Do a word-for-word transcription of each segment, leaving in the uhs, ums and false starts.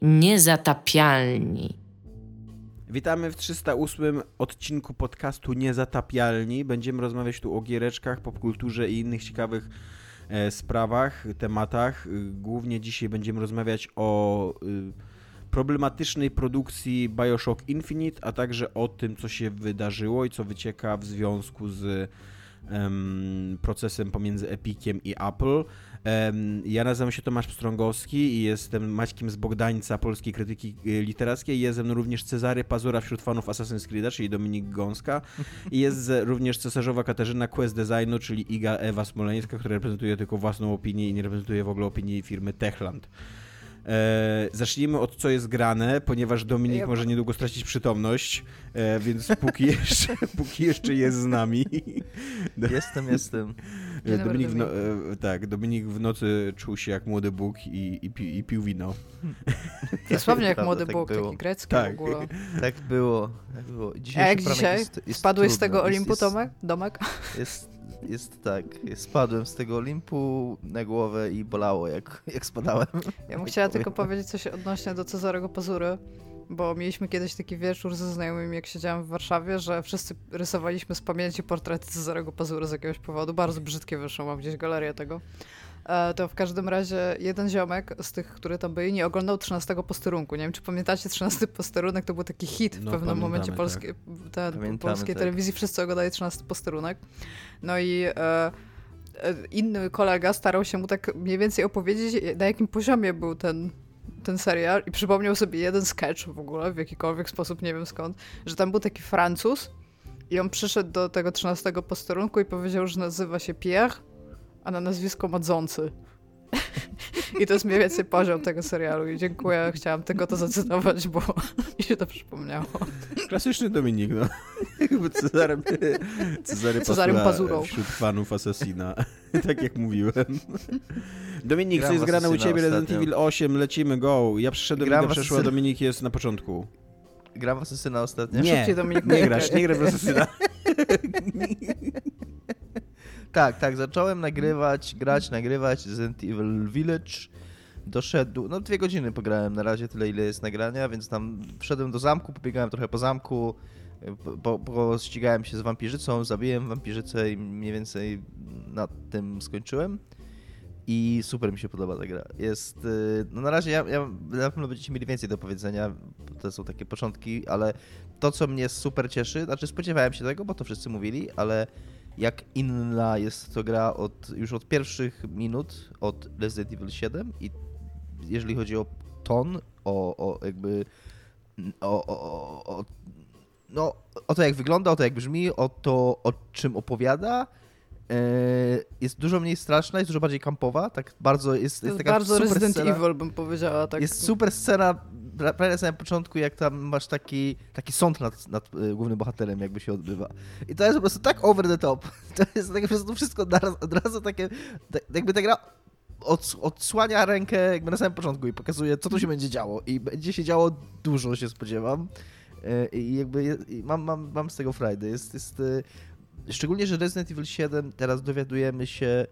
Niezatapialni. Witamy w trzysta ósmym odcinku podcastu Niezatapialni. Będziemy rozmawiać tu o giereczkach, popkulturze i innych ciekawych e, sprawach, tematach. Głównie dzisiaj będziemy rozmawiać o y, problematycznej produkcji BioShock Infinite, a także o tym, co się wydarzyło i co wycieka w związku z em, procesem pomiędzy Epiciem i Apple. Ja nazywam się Tomasz Pstrągowski i jestem Maćkiem z Bogdańca, polskiej krytyki literackiej. Jest ze mną również Cezary Pazura wśród fanów Assassin's Creed'a, czyli Dominik Gąska. I jest również cesarzowa Katarzyna Quest Designu, czyli Iga Ewa Smoleńska, która reprezentuje tylko własną opinię i nie reprezentuje w ogóle opinii firmy Techland. E, zacznijmy od co jest grane, ponieważ Dominik ja... może niedługo stracić przytomność, e, więc póki jeszcze, póki jeszcze jest z nami. Jestem, jestem. Dominik w, no, e, tak, Dominik w nocy czuł się jak młody Bóg i, i, pi, i pił wino. Dosłownie jak młody tak Bóg, było. taki grecki tak. w ogóle. Tak było. Tak było. A jak dzisiaj? Jest, jest Spadłeś trudno. z tego Olimpu, jest, Tomek? Domek? Jest, jest tak. Spadłem z tego Olimpu na głowę i bolało, jak, jak spadałem. Ja bym chciała tylko powiedzieć coś odnośnie do Cezarego Pazury, bo mieliśmy kiedyś taki wieczór ze znajomymi, jak siedziałam w Warszawie, że wszyscy rysowaliśmy z pamięci portrety Cezarego Pazury z jakiegoś powodu. Bardzo brzydkie wyszło, mam gdzieś galerię tego. E, to w każdym razie jeden ziomek z tych, który tam byli, nie oglądał trzynastego posterunku. Nie wiem, czy pamiętacie trzynasty posterunek, to był taki hit w no, pewnym momencie polskiej, tak. ten, polskiej tak. telewizji. Wszyscy oglądali trzynasty posterunek. No i e, inny kolega starał się mu tak mniej więcej opowiedzieć, na jakim poziomie był ten ten serial i przypomniał sobie jeden sketch w ogóle, w jakikolwiek sposób, nie wiem skąd, że tam był taki Francuz i on przyszedł do tego trzynastego posterunku i powiedział, że nazywa się Pierre, a na nazwisko Madzący. I to jest mniej więcej poziom tego serialu i dziękuję, chciałam tylko to zacytować, bo mi się to przypomniało. Klasyczny Dominik, no. Cezary, Cezary Cezarym Pazurą. Wśród fanów Assassina, tak jak mówiłem. Dominik, co jest grane u ciebie? Resident Evil osiem, lecimy, go. Ja przyszedłem, Iga przeszła, a Dominik jest na początku. Gram w Assassina ostatnio? Nie, Dominik, nie grasz, nie grasz w Assassina. Tak, tak, zacząłem nagrywać, grać, nagrywać Resident Evil Village. Doszedł, no dwie godziny pograłem na razie, tyle ile jest nagrania, więc tam wszedłem do zamku, pobiegałem trochę po zamku, po, po ścigałem się z wampirzycą, zabiłem wampirzycę i mniej więcej na tym skończyłem. I super mi się podoba ta gra. Jest, no na razie ja, ja na pewno będziecie mieli więcej do powiedzenia, to są takie początki, ale to co mnie super cieszy, znaczy spodziewałem się tego, bo to wszyscy mówili, ale jak inna jest to gra od, już od pierwszych minut od Resident Evil siedem i jeżeli chodzi o ton, o, o jakby o, o, o, no, o to jak wygląda, o to jak brzmi, o to o czym opowiada, jest dużo mniej straszna, jest dużo bardziej kampowa, tak bardzo jest, jest, jest taka bardzo super Resident scena, Evil bym powiedziała. Tak. Jest super scena prawie na samym początku, jak tam masz taki, taki sąd nad, nad głównym bohaterem jakby się odbywa. I to jest po prostu tak over the top. To jest tak po prostu wszystko od razu takie, jakby ta gra od, odsłania rękę jakby na samym początku i pokazuje, co tu się będzie działo. I będzie się działo dużo, się spodziewam. I jakby i mam, mam, mam z tego frajdę. Jest, jest szczególnie, że Resident Evil siedem teraz dowiadujemy się,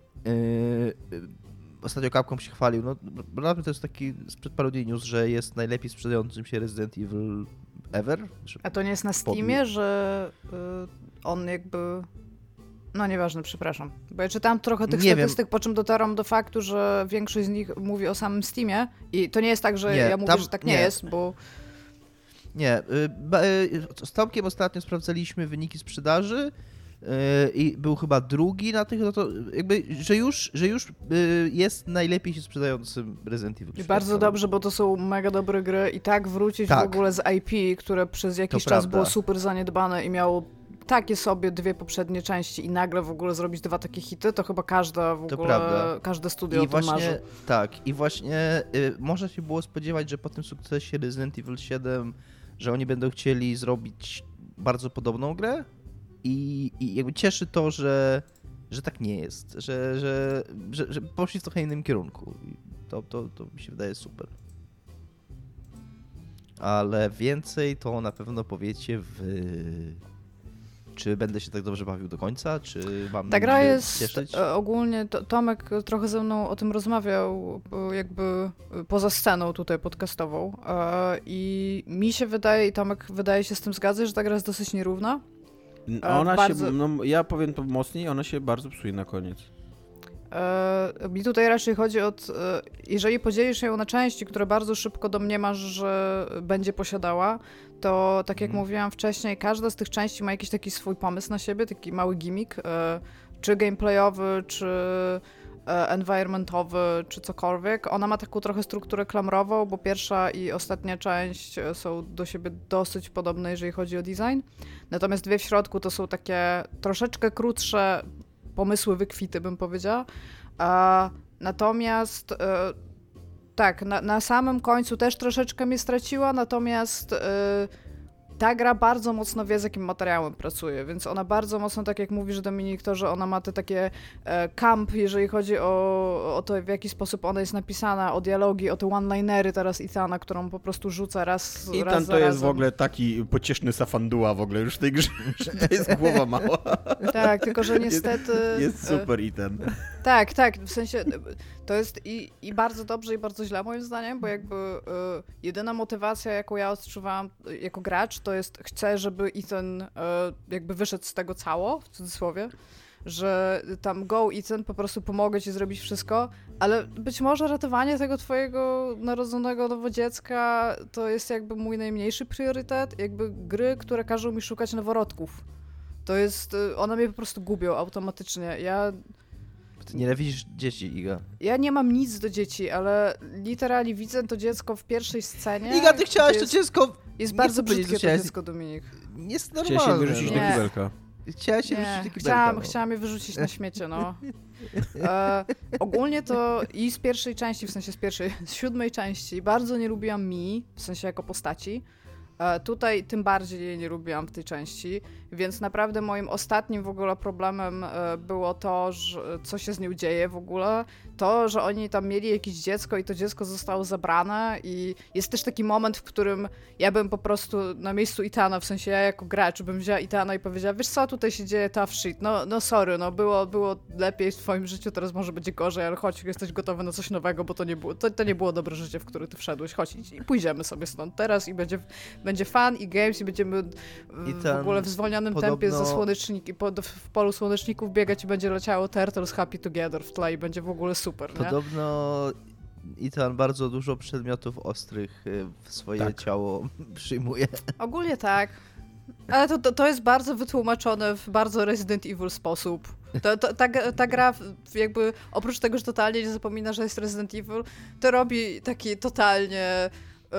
yy, ostatnio Capcom się chwalił, no naprawdę to jest taki sprzed paru dni news, że jest najlepiej sprzedającym się Resident Evil ever. A to nie jest na Steamie, Podli. że yy, on jakby... No nieważne, przepraszam. Bo ja czytałam trochę tych nie statystyk, wiem. Po czym dotarłam do faktu, że większość z nich mówi o samym Steamie i to nie jest tak, że nie, ja mówię, tam, że tak nie, nie jest, bo... Nie, z Tomkiem ostatnio sprawdzaliśmy wyniki sprzedaży i był chyba drugi na tych, no to jakby, że już, że już jest najlepiej się sprzedającym Resident Evil. I bardzo dobrze, bo to są mega dobre gry i tak wrócić tak. w ogóle z I P, które przez jakiś to czas prawda. było super zaniedbane i miało takie sobie dwie poprzednie części i nagle w ogóle zrobić dwa takie hity, to chyba każda w to ogóle, prawda. każde studio I o tym właśnie, marzy. Tak, i właśnie y, można się było spodziewać, że po tym sukcesie Resident Evil siedem, że oni będą chcieli zrobić bardzo podobną grę i, i jakby cieszy to, że, że tak nie jest, że, że, że, że poszli w trochę innym kierunku i to, to, to mi się wydaje super. Ale więcej to na pewno powiecie w... Czy będę się tak dobrze bawił do końca, czy mam Ta gra się jest cieszyć? ogólnie, to, Tomek trochę ze mną o tym rozmawiał jakby poza sceną tutaj podcastową i mi się wydaje, i Tomek wydaje się z tym zgadza, że ta gra jest dosyć nierówna. Ona bardzo... się, no ja powiem to mocniej, ona się bardzo psuje na koniec. Mi tutaj raczej chodzi o, jeżeli podzielisz ją na części, które bardzo szybko domniemasz, że będzie posiadała, to tak jak hmm. mówiłam wcześniej, każda z tych części ma jakiś taki swój pomysł na siebie, taki mały gimmick, czy gameplayowy, czy environmentowy, czy cokolwiek. Ona ma taką trochę strukturę klamrową, bo pierwsza i ostatnia część są do siebie dosyć podobne, jeżeli chodzi o design. Natomiast dwie w środku to są takie troszeczkę krótsze pomysły wykwity, bym powiedziała. A, natomiast e, tak, na, na samym końcu też troszeczkę mnie straciła, natomiast e, ta gra bardzo mocno wie, z jakim materiałem pracuje, więc ona bardzo mocno, tak jak mówisz, Dominik, to, że ona ma te takie e, camp, jeżeli chodzi o, o to, w jaki sposób ona jest napisana, o dialogi, o te one-linery teraz Ethana, którą po prostu rzuca raz, Ethan raz za to jest razem. w ogóle taki pocieszny safanduła w ogóle już w tej grze, że to jest głowa mała. Tak, tylko że niestety... Jest, jest super Ethan. Tak, tak, w sensie to jest i, i bardzo dobrze, i bardzo źle moim zdaniem, bo jakby y, jedyna motywacja, jaką ja odczuwałam jako gracz, to jest chcę, żeby Ethan y, jakby wyszedł z tego cało, w cudzysłowie, że tam go Ethan, po prostu pomogę ci zrobić wszystko, ale być może ratowanie tego twojego narodzonego nowo dziecka to jest jakby mój najmniejszy priorytet, jakby gry, które każą mi szukać noworodków. To jest, one mnie po prostu gubią automatycznie. Ja Ty nienawidzisz dzieci, Iga. Ja nie mam nic do dzieci, ale literalnie widzę to dziecko w pierwszej scenie. Iga, ty chciałaś jest, to dziecko... Jest nie bardzo chcę powiedzieć, brzydkie co chciałaś- to dziecko, Dominik. Jest normalne. Chciała się wyrzucić no. do Nie. kibelka. Chciałaś się Nie, wyrzucić do kibelka. chciałam, no. chciałam je wyrzucić na śmiecie, no. E, ogólnie to i z pierwszej części, w sensie z pierwszej, z siódmej części, bardzo nie lubiłam Mi, w sensie jako postaci. E, tutaj tym bardziej jej nie lubiłam w tej części, więc naprawdę moim ostatnim w ogóle problemem e, było to, że, co się z nią dzieje w ogóle. To, że oni tam mieli jakieś dziecko i to dziecko zostało zabrane i jest też taki moment, w którym ja bym po prostu na miejscu Ethana, w sensie ja jako gracz bym wzięła Ethana i powiedziała, wiesz co, tutaj się dzieje tough shit, no, no sorry, no było, było lepiej w twoim życiu, teraz może będzie gorzej, ale chodź, jesteś gotowy na coś nowego, bo to nie było, to, to nie było dobre życie, w które ty wszedłeś, chodź i, i pójdziemy sobie stąd teraz i będzie, będzie fun i games i będziemy w, w ogóle w zwolnionym podobno... tempie ze słoneczniki, po, w polu słoneczników biegać i będzie leciało Turtles Happy Together w tle i będzie w ogóle super, nie? Podobno Ethan bardzo dużo przedmiotów ostrych w swoje Tak. ciało przyjmuje. Ogólnie tak. Ale to, to, to jest bardzo wytłumaczone w bardzo Resident Evil sposób. To, to, ta, ta gra jakby, oprócz tego, że totalnie nie zapomina, że jest Resident Evil, to robi taki totalnie...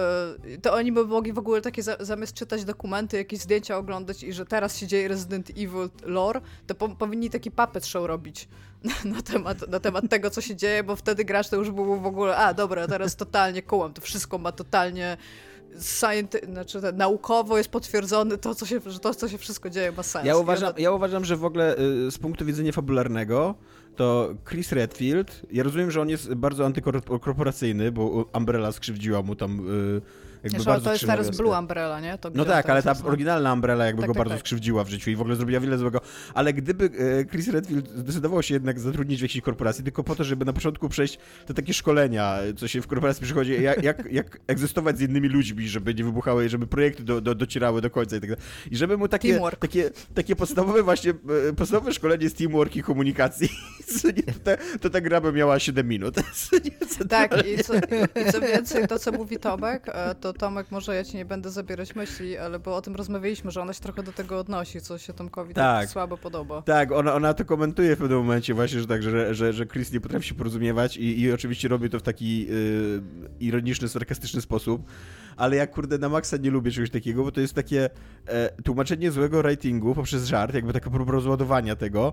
To oni by mogli w ogóle takie, zamiast czytać dokumenty, jakieś zdjęcia oglądać i że teraz się dzieje Resident Evil lore, to po, powinni taki puppet show robić na temat, na temat tego, co się dzieje, bo wtedy gracz to już było w ogóle, a dobra, teraz totalnie kołam, to wszystko ma totalnie scienti- znaczy, te, naukowo jest potwierdzone to, co się, że to, co się wszystko dzieje, ma sens. Ja uważam, ja uważam, że w ogóle y, z punktu widzenia fabularnego to Chris Redfield, ja rozumiem, że on jest bardzo antykorporacyjny, bo Umbrella skrzywdziła mu tam y, jakby Wiesz, bardzo to jest krzywą teraz wioskę. Blue Umbrella, nie? To No gra tak, ale ta teraz jest, oryginalna Umbrella jakby Tak, go tak, bardzo tak. skrzywdziła w życiu i w ogóle zrobiła wiele złego. Ale gdyby e, Chris Redfield zdecydował się jednak zatrudnić w jakiejś korporacji tylko po to, żeby na początku przejść te takie szkolenia, co się w korporacji przychodzi, jak, jak, jak egzystować z innymi ludźmi, żeby nie wybuchały, żeby projekty do, do, docierały do końca i tak dalej. I żeby mu takie, Teamwork. takie, takie podstawowe właśnie, e, podstawowe szkolenie z teamwork i komunikacji, co nie, to, ta, to ta gra by miała siedem minut. Tak, i co, i co więcej, to co mówi Tomek, e, to Tomek, może ja ci nie będę zabierać myśli, ale bo o tym rozmawialiśmy, że ona się trochę do tego odnosi, co się Tomkowi tak, Tak. słabo podoba. Tak, ona, ona to komentuje w pewnym momencie właśnie, że tak, że, że, że Chris nie potrafi się porozumiewać i, i oczywiście robi to w taki y, ironiczny, sarkastyczny sposób, ale ja kurde na maksa nie lubię czegoś takiego, bo to jest takie e, tłumaczenie złego writingu poprzez żart, jakby taka próba rozładowania tego,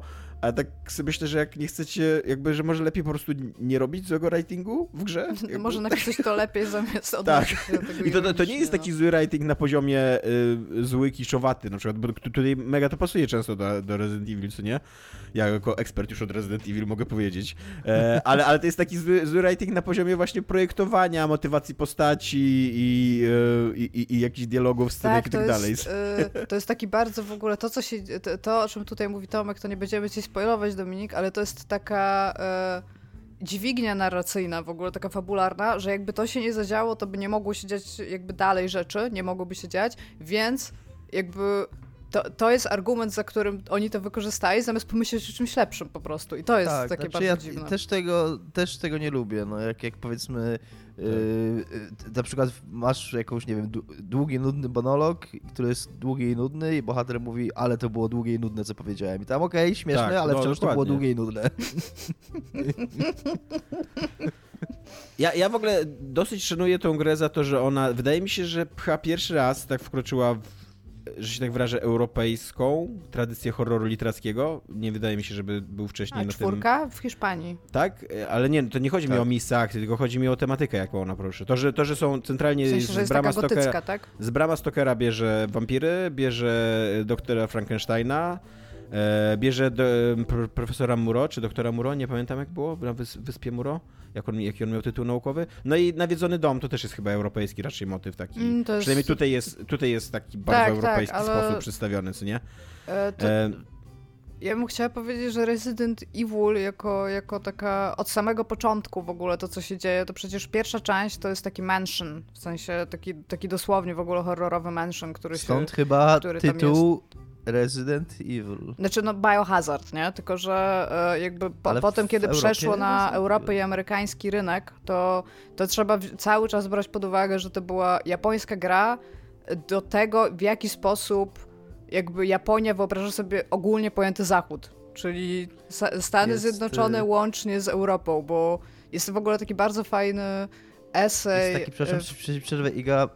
Ale tak sobie myślę, że jak nie chcecie, jakby, że może lepiej po prostu nie robić złego writingu w grze? Jakby... Może napisać to lepiej zamiast Tak. odnosić się do tego I to, to nie jest taki no. zły writing na poziomie y, zły, kiszowaty na przykład, bo tutaj mega to pasuje często do, do Resident Evil, co nie? Ja jako ekspert już od Resident Evil mogę powiedzieć. E, ale, ale to jest taki zły, zły writing na poziomie właśnie projektowania, motywacji postaci i, y, i, i jakichś dialogów, scenek tak, i tak to dalej. Jest, y, to jest taki bardzo w ogóle, to co się, to, to o czym tutaj mówi Tomek, to nie będziemy ci spoilować, Dominik, ale to jest taka y, dźwignia narracyjna w ogóle, taka fabularna, że jakby to się nie zadziało, to by nie mogło się dziać jakby dalej rzeczy, nie mogłoby się dziać, więc jakby to, to jest argument, za którym oni to wykorzystali, zamiast pomyśleć o czymś lepszym po prostu. I to jest tak, takie znaczy bardzo ja dziwne. Też tego, też tego nie lubię, no jak, jak powiedzmy yy, yy, na przykład masz jakąś, nie wiem, długi, nudny monolog, który jest długi i nudny i bohater mówi, ale to było długie i nudne, co powiedziałem. I tam okej, okay, śmieszne, tak, ale no, wciąż dokładnie. to było długie i nudne. Ja, ja w ogóle dosyć szanuję tą grę za to, że ona, wydaje mi się, że chyba pierwszy raz tak wkroczyła w, że się tak wyrażę, europejską tradycję horroru literackiego. Nie wydaje mi się, żeby był wcześniej A na czwórka tym... w Hiszpanii. Tak? Ale nie, to nie chodzi tak. mi o miejsca akcji, tylko chodzi mi o tematykę, jaką ona poruszy. To, że, to, że są centralnie W sensie, że z jest Brama taka gotycka, Stokera... tak? Z Brama Stokera bierze wampiry, bierze doktora Frankensteina, e, bierze do, pro, profesora Muro, czy doktora Muro, nie pamiętam jak było, na wys, wyspie Muro, jak on, jaki on miał tytuł naukowy. No i Nawiedzony dom to też jest chyba europejski raczej motyw taki. Mm, to jest... Przynajmniej tutaj jest, tutaj jest taki bardzo Tak, europejski tak, ale... sposób przedstawiony, co nie? E, to... E, Ja bym chciała powiedzieć, że Resident Evil jako, jako taka od samego początku w ogóle to, co się dzieje, to przecież pierwsza część to jest taki mansion, w sensie taki, taki dosłownie w ogóle horrorowy mansion, który Stąd się... chyba który tam tytuł Resident Evil. Znaczy no Biohazard, nie? Tylko, że e, jakby po, Ale potem, w kiedy Europie przeszło na Resident Europę Evil. i amerykański rynek, to, to trzeba w, cały czas brać pod uwagę, że to była japońska gra do tego, w jaki sposób jakby Japonia wyobraża sobie ogólnie pojęty Zachód, czyli Stany Jest, Zjednoczone y- łącznie z Europą, bo jest w ogóle taki bardzo fajny esej. Jest taki, przepraszam, e, przy- przerwę Iga,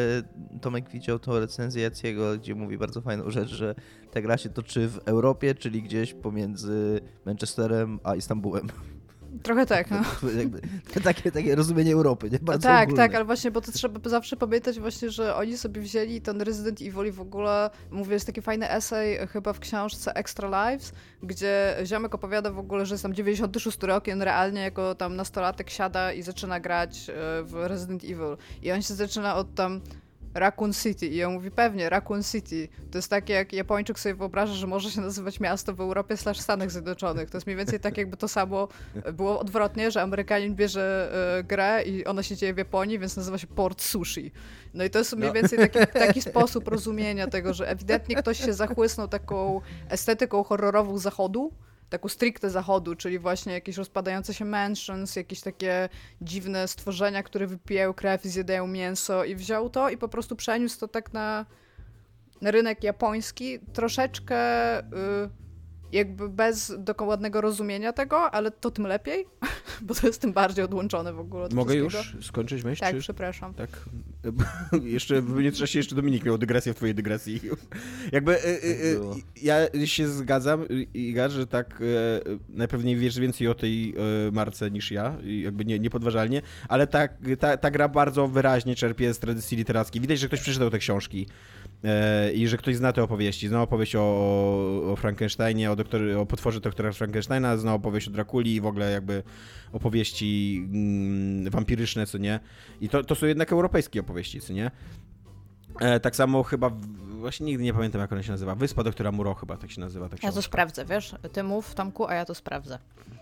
e, Tomek widział tą recenzję Jackiego, gdzie mówi bardzo fajną rzecz, że ta gra się toczy w Europie, czyli gdzieś pomiędzy Manchesterem a Istambułem. Trochę tak, no. Jakby, takie, takie rozumienie Europy, nie? Bardzo tak, ogólne. tak, ale właśnie, bo to trzeba zawsze pamiętać właśnie, że oni sobie wzięli ten Resident Evil i w ogóle, mówię, jest taki fajny esej chyba w książce Extra Lives, gdzie ziomek opowiada w ogóle, że jest tam dziewięćdziesiąty szósty rok i on realnie jako tam nastolatek siada i zaczyna grać w Resident Evil. I on się zaczyna od tam Raccoon City i on mówi pewnie, Raccoon City. To jest takie, jak Japończyk sobie wyobraża, że może się nazywać miasto w Europie slash Stanach Zjednoczonych. To jest mniej więcej tak, jakby to samo było odwrotnie, że Amerykanin bierze y, grę i ona się dzieje w Japonii, więc nazywa się Port Sushi. No i to jest mniej więcej taki, taki sposób rozumienia tego, że ewidentnie ktoś się zachłysnął taką estetyką horrorową Zachodu, taką stricte Zachodu, czyli właśnie jakieś rozpadające się mansions, jakieś takie dziwne stworzenia, które wypijają krew i zjadają mięso i wziął to i po prostu przeniósł to tak na, na rynek japoński, troszeczkę y, jakby bez dokładnego rozumienia tego, ale to tym lepiej, bo to jest tym bardziej odłączone w ogóle od mogę wszystkiego. już skończyć myśl? Tak, czy... przepraszam. Tak. jeszcze w międzyczasie jeszcze Dominik miał dygresję w twojej dygresji. Jakby y, y, y, ja się zgadzam, Iga, że tak y, najpewniej wiesz więcej o tej y, marce niż ja, jakby nie, niepodważalnie, ale ta, ta, ta gra bardzo wyraźnie czerpie z tradycji literackiej. Widać, że ktoś przeczytał te książki y, i że ktoś zna te opowieści. Zna opowieść o, o Frankensteinie, o, doktor, o potworze doktora Frankensteina, zna opowieść o Drakuli i w ogóle jakby opowieści mm, wampiryczne, co nie? I to, to są jednak europejskie opowieści, co nie? E, tak samo chyba, w, właśnie nigdy nie pamiętam jak ona się nazywa, Wyspa doktora Muro chyba tak się nazywa. Ta Ja to książka. sprawdzę, wiesz? Ty mów, Tomku, a ja to sprawdzę.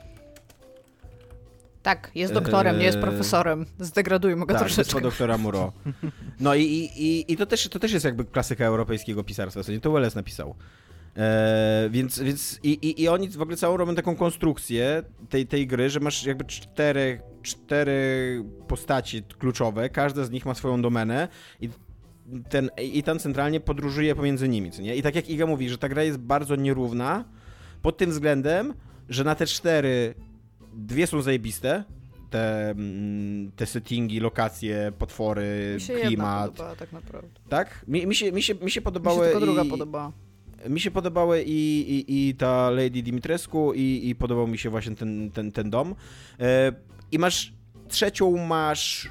Tak, jest doktorem, nie jest profesorem. Zdegradujmy go tak, troszeczkę. Wyspa doktora Muro. No i, i, i to, też, to też jest jakby klasyka europejskiego pisarstwa, co nie? To Welles napisał. E, więc więc i, i, i oni w ogóle całą robią taką konstrukcję tej, tej gry, że masz jakby cztery, cztery postaci kluczowe, każda z nich ma swoją domenę i ten, i tam centralnie podróżuje pomiędzy nimi, co nie? I tak jak Iga mówi, że ta gra jest bardzo nierówna pod tym względem, że na te cztery dwie są zajebiste, te, te settingi, lokacje, potwory, Mi się jedna klimat. podobała tak naprawdę. Tak? Mi, mi, się, mi, się, mi się Mi podobały się tylko druga i... podobała. mi się podobały i, i, i ta Lady Dimitrescu i, i podobał mi się właśnie ten, ten, ten dom. E, I masz, trzecią masz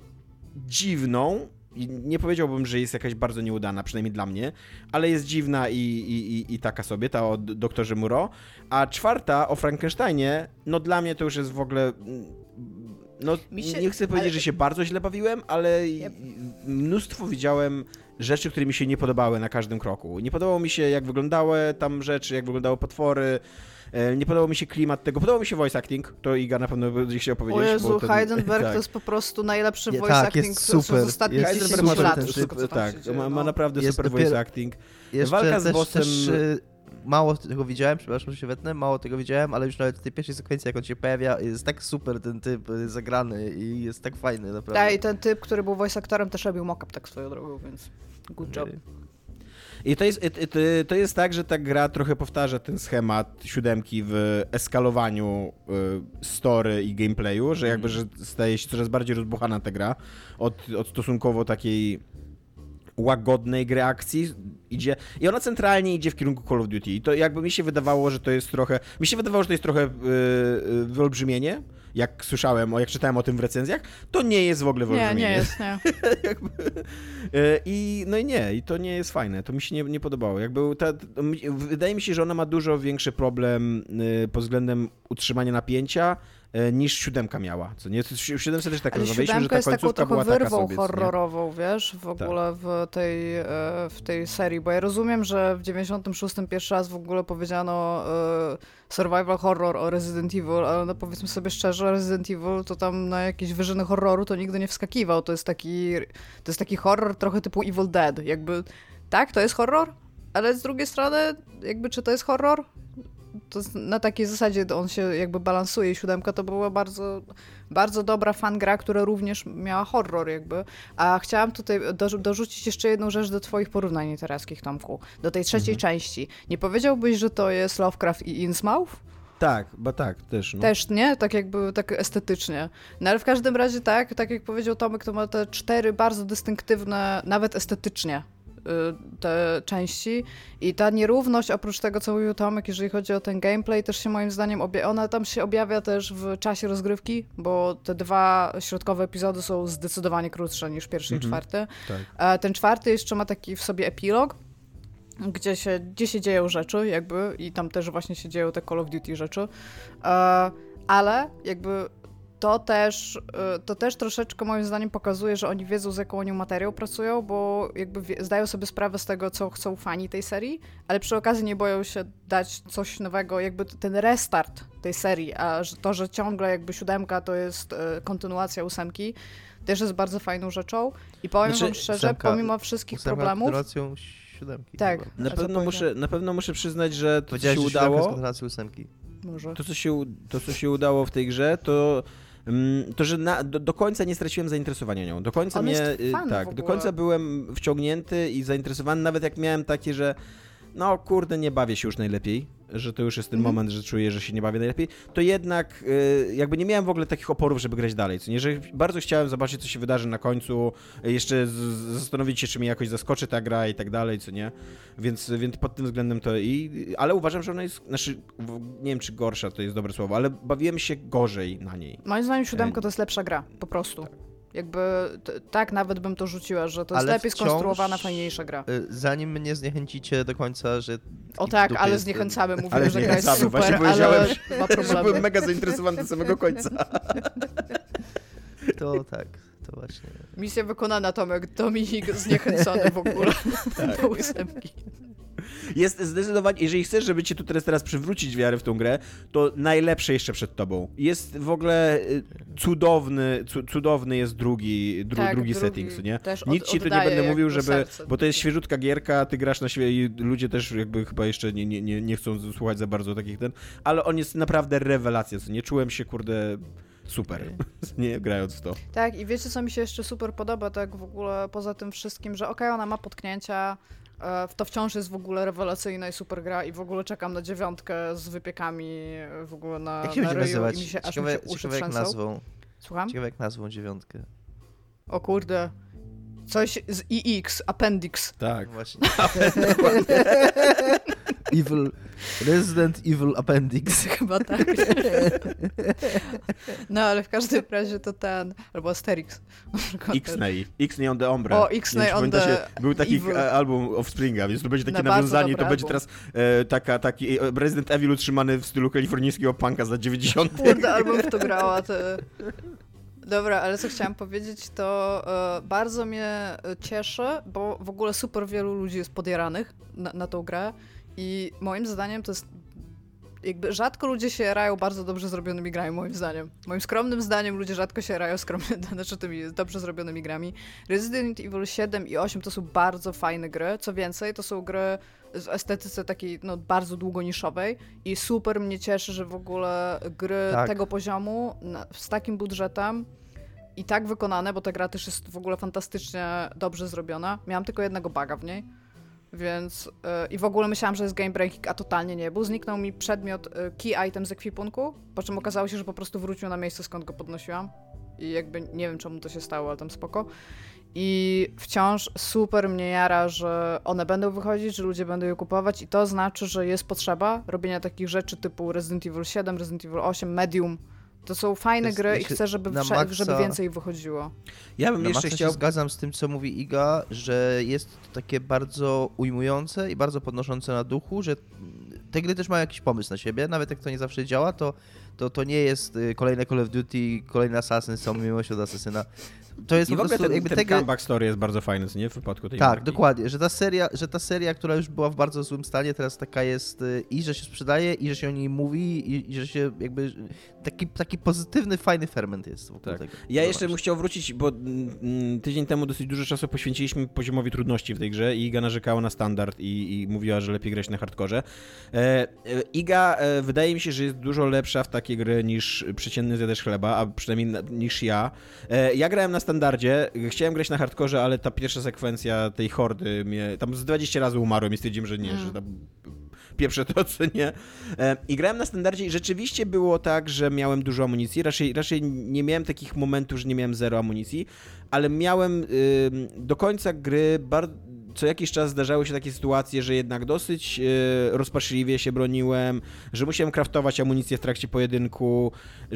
dziwną, i nie powiedziałbym, że jest jakaś bardzo nieudana, przynajmniej dla mnie, ale jest dziwna i, i, i, i taka sobie, ta o doktorze Moreau, a czwarta o Frankensteinie, no dla mnie to już jest w ogóle... No, się, nie chcę powiedzieć, ale... że się bardzo źle bawiłem, ale yep. mnóstwo widziałem rzeczy, które mi się nie podobały na każdym kroku. Nie podobało mi się, jak wyglądały tam rzeczy, jak wyglądały potwory, nie podobał mi się klimat tego, podobał mi się voice acting, to Iga na pewno będzie chciał powiedzieć. O Jezu, bo ten, Heidenberg tak. to jest po prostu najlepszy voice tak, acting z ostatnich dziesięć lat. Wszystko, tak, ma, no. ma naprawdę jest super dopiero... voice acting. Jeszcze Walka z też, bossem... Też, mało tego widziałem, przepraszam, że się wetnę, mało tego widziałem, ale już nawet w tej pierwszej sekwencji, jak on się pojawia, jest tak super ten typ zagrany i jest tak fajny, naprawdę. Tak, i ten typ, który był voice aktorem, też robił mock-up tak swoją drogą, więc good job. I to jest, to jest tak, że ta gra trochę powtarza ten schemat siódemki w eskalowaniu story i gameplayu, że jakby że staje się coraz bardziej rozbuchana ta gra od, od stosunkowo takiej łagodnej gry akcji idzie i ona centralnie idzie w kierunku Call of Duty i to jakby mi się wydawało, że to jest trochę mi się wydawało, że to jest trochę yy, wyolbrzymienie, jak słyszałem, jak czytałem o tym w recenzjach, to nie jest w ogóle wyolbrzymienie. Nie, nie jest, nie. jakby, yy, I no i nie, i to nie jest fajne, to mi się nie, nie podobało. Jakby ta, to, wydaje mi się, że ona ma dużo większy problem yy, pod względem utrzymania napięcia niż siódemka miała, co nie? W siódemce też tak rozmawialiśmy, że ta końcówka była taka sobie. Jest taką wyrwą horrorową, wiesz, w ogóle tak. w, tej, w tej serii, bo ja rozumiem, że w dziewięćdziesiątym szóstym pierwszy raz w ogóle powiedziano uh, survival horror o Resident Evil, ale no powiedzmy sobie szczerze, Resident Evil to tam na jakieś wyżyny horroru to nigdy nie wskakiwał, to jest taki, to jest taki horror trochę typu Evil Dead, jakby tak, to jest horror, ale z drugiej strony jakby czy to jest horror? To na takiej zasadzie on się jakby balansuje. Siódemka to była bardzo, bardzo dobra fan gra, która również miała horror jakby. A chciałam tutaj do, dorzucić jeszcze jedną rzecz do twoich porównań literackich, Tomku. Do tej trzeciej mhm. części. Nie powiedziałbyś, że to jest Lovecraft i Innsmouth? Tak, bo tak, też. No. Też, nie? Tak jakby, tak estetycznie. No ale w każdym razie tak, tak jak powiedział Tomek, to ma te cztery bardzo dystynktywne, nawet estetycznie, te części i ta nierówność, oprócz tego, co mówił Tomek, jeżeli chodzi o ten gameplay, też się moim zdaniem, obja- ona tam się objawia też w czasie rozgrywki, bo te dwa środkowe epizody są zdecydowanie krótsze niż pierwszy mm-hmm. i czwarty. Tak. A ten czwarty jeszcze ma taki w sobie epilog, gdzie się, gdzie się dzieją rzeczy jakby i tam też właśnie się dzieją te Call of Duty rzeczy, ale jakby To też, to też troszeczkę moim zdaniem pokazuje, że oni wiedzą, z jaką oni materiał pracują, bo jakby wie, zdają sobie sprawę z tego, co chcą fani tej serii, ale przy okazji nie boją się dać coś nowego, jakby ten restart tej serii, a to, że ciągle jakby siódemka to jest kontynuacja ósemki, też jest bardzo fajną rzeczą i powiem znaczy, wam szczerze, ósemka, pomimo wszystkich problemów... kontynuacją siódemki. Tak. Na pewno, muszę, na pewno muszę przyznać, że to, co się że udało... jest kontynuacją ósemki. Może. To, co się, to, co się udało w tej grze, to... To, że na, do, do końca nie straciłem zainteresowania nią. Do końca On mnie, jest fan tak, do końca byłem wciągnięty i zainteresowany, nawet jak miałem takie, że no kurde, nie bawię się już najlepiej, że to już jest ten mm. moment, że czuję, że się nie bawię najlepiej, to jednak y, jakby nie miałem w ogóle takich oporów, żeby grać dalej, co nie, że bardzo chciałem zobaczyć, co się wydarzy na końcu, jeszcze z, zastanowić się, czy mnie jakoś zaskoczy ta gra i tak dalej, co nie, więc, więc pod tym względem to i, ale uważam, że ona jest, znaczy, nie wiem, czy gorsza to jest dobre słowo, ale bawiłem się gorzej na niej. Moim zdaniem siódemka to jest lepsza gra, po prostu. Tak. Jakby t- tak nawet bym to rzuciła, że to jest ale lepiej wciąż, skonstruowana, fajniejsza gra. Zanim mnie zniechęcicie do końca, że... O tak, ale zniechęcamy, mówimy, ale że gra jest super, właśnie powiedziałem, ale ma problemy. Że byłem mega zainteresowany do samego końca. To tak, to właśnie. Misja wykonana, Tomek. Dominik zniechęcony w ogóle tak. do ósemki. Jest zdecydowanie, jeżeli chcesz, żeby cię tu teraz, teraz przywrócić wiarę w tą grę, to najlepsze jeszcze przed tobą. Jest w ogóle cudowny, cudowny jest drugi, dru, tak, drugi, drugi setting, nie? Nic ci tu nie będę mówił, żeby, serce. Bo to jest świeżutka gierka, ty grasz na świecie i ludzie też jakby chyba jeszcze nie, nie, nie chcą słuchać za bardzo takich ten, ale on jest naprawdę rewelacja, co nie? Czułem się, kurde... Super, nie grając w to. Tak, i wiecie, co mi się jeszcze super podoba, tak w ogóle poza tym wszystkim, że okej, okay, ona ma potknięcia, to wciąż jest w ogóle rewelacyjna i super gra i w ogóle czekam na dziewiątkę z wypiekami w ogóle na, jak się na będzie ryju nazywać? i mi się, aż ciekawe, mi się uszy ciekawe jak trzęsą. nazwą. Słucham? Ciekawe jak nazwą dziewiątkę. O kurde. Coś z I X, Appendix. Tak. Właśnie. Evil, Resident Evil Appendix. Chyba tak. No, ale w każdym razie to ten, albo Asterix. X-Nay, X-Nay on the Ombre. O, X-Nay on the Był taki Evil. album Offspringa, więc to będzie takie Na nawiązanie, to bardzo będzie dobry teraz e, taka, taki e, Resident Evil utrzymany w stylu kalifornijskiego punka z lat dziewięćdziesiątych. Kurde, album w to grała. To... Dobra, ale co chciałam powiedzieć, to e, bardzo mnie cieszy, bo w ogóle super wielu ludzi jest podjaranych na, na tą grę i moim zdaniem to jest jakby rzadko ludzie się jarają bardzo dobrze zrobionymi grami, moim zdaniem. Moim skromnym zdaniem ludzie rzadko się jarają skromnie, znaczy tymi dobrze zrobionymi grami. Resident Evil siedem i osiem to są bardzo fajne gry, co więcej, to są gry w estetyce takiej no, bardzo długoniszowej i super mnie cieszy, że w ogóle gry tak. tego poziomu na, z takim budżetem i tak wykonane, bo ta gra też jest w ogóle fantastycznie dobrze zrobiona. Miałam tylko jednego buga w niej. Więc yy, i w ogóle myślałam, że jest game breaking, a totalnie nie był. Zniknął mi przedmiot yy, key item z ekwipunku, po czym okazało się, że po prostu wrócił na miejsce, skąd go podnosiłam. I jakby nie wiem, czemu to się stało, ale tam spoko. I wciąż super mnie jara, że one będą wychodzić, że ludzie będą je kupować i to znaczy, że jest potrzeba robienia takich rzeczy typu Resident Evil siedem, Resident Evil osiem, Medium. To są fajne jest, gry ja i chcę, żeby, na wsze- maksa, żeby więcej wychodziło. Ja bym na jeszcze maksa chciał... się zgadzam z tym, co mówi Iga, że jest to takie bardzo ujmujące i bardzo podnoszące na duchu, że te gry też mają jakiś pomysł na siebie, nawet jak to nie zawsze działa, to, to, to nie jest kolejne Call of Duty, kolejny Assassin z całą miłością do Asasyna. To jest I po w ogóle prostu ten, jakby ten tego... comeback story jest bardzo fajny, co nie? W wypadku tej Tak, marki. dokładnie, że ta seria, że ta seria, która już była w bardzo złym stanie, teraz taka jest i że się sprzedaje, i że się o niej mówi, i, i że się jakby taki, taki pozytywny, fajny ferment jest wokół Tak. tego. Ja jeszcze Zobacz. bym chciał wrócić, bo mm, tydzień temu dosyć dużo czasu poświęciliśmy poziomowi trudności w tej grze i Iga narzekała na standard i, i mówiła, że lepiej grać na hardkorze. E, e, Iga e, wydaje mi się, że jest dużo lepsza w takie gry niż przeciętny zjadacz chleba, a przynajmniej na, niż ja. E, ja grałem na standardzie, chciałem grać na hardkorze, ale ta pierwsza sekwencja tej hordy mnie, tam z dwadzieścia razy umarłem i stwierdziłem, że nie, mm. że tam pieprzę to, co nie. E, I grałem na standardzie i rzeczywiście było tak, że miałem dużo amunicji, raczej, raczej nie miałem takich momentów, że nie miałem zero amunicji, ale miałem y, do końca gry bardzo co jakiś czas zdarzały się takie sytuacje, że jednak dosyć e, rozpaczliwie się broniłem, że musiałem craftować amunicję w trakcie pojedynku,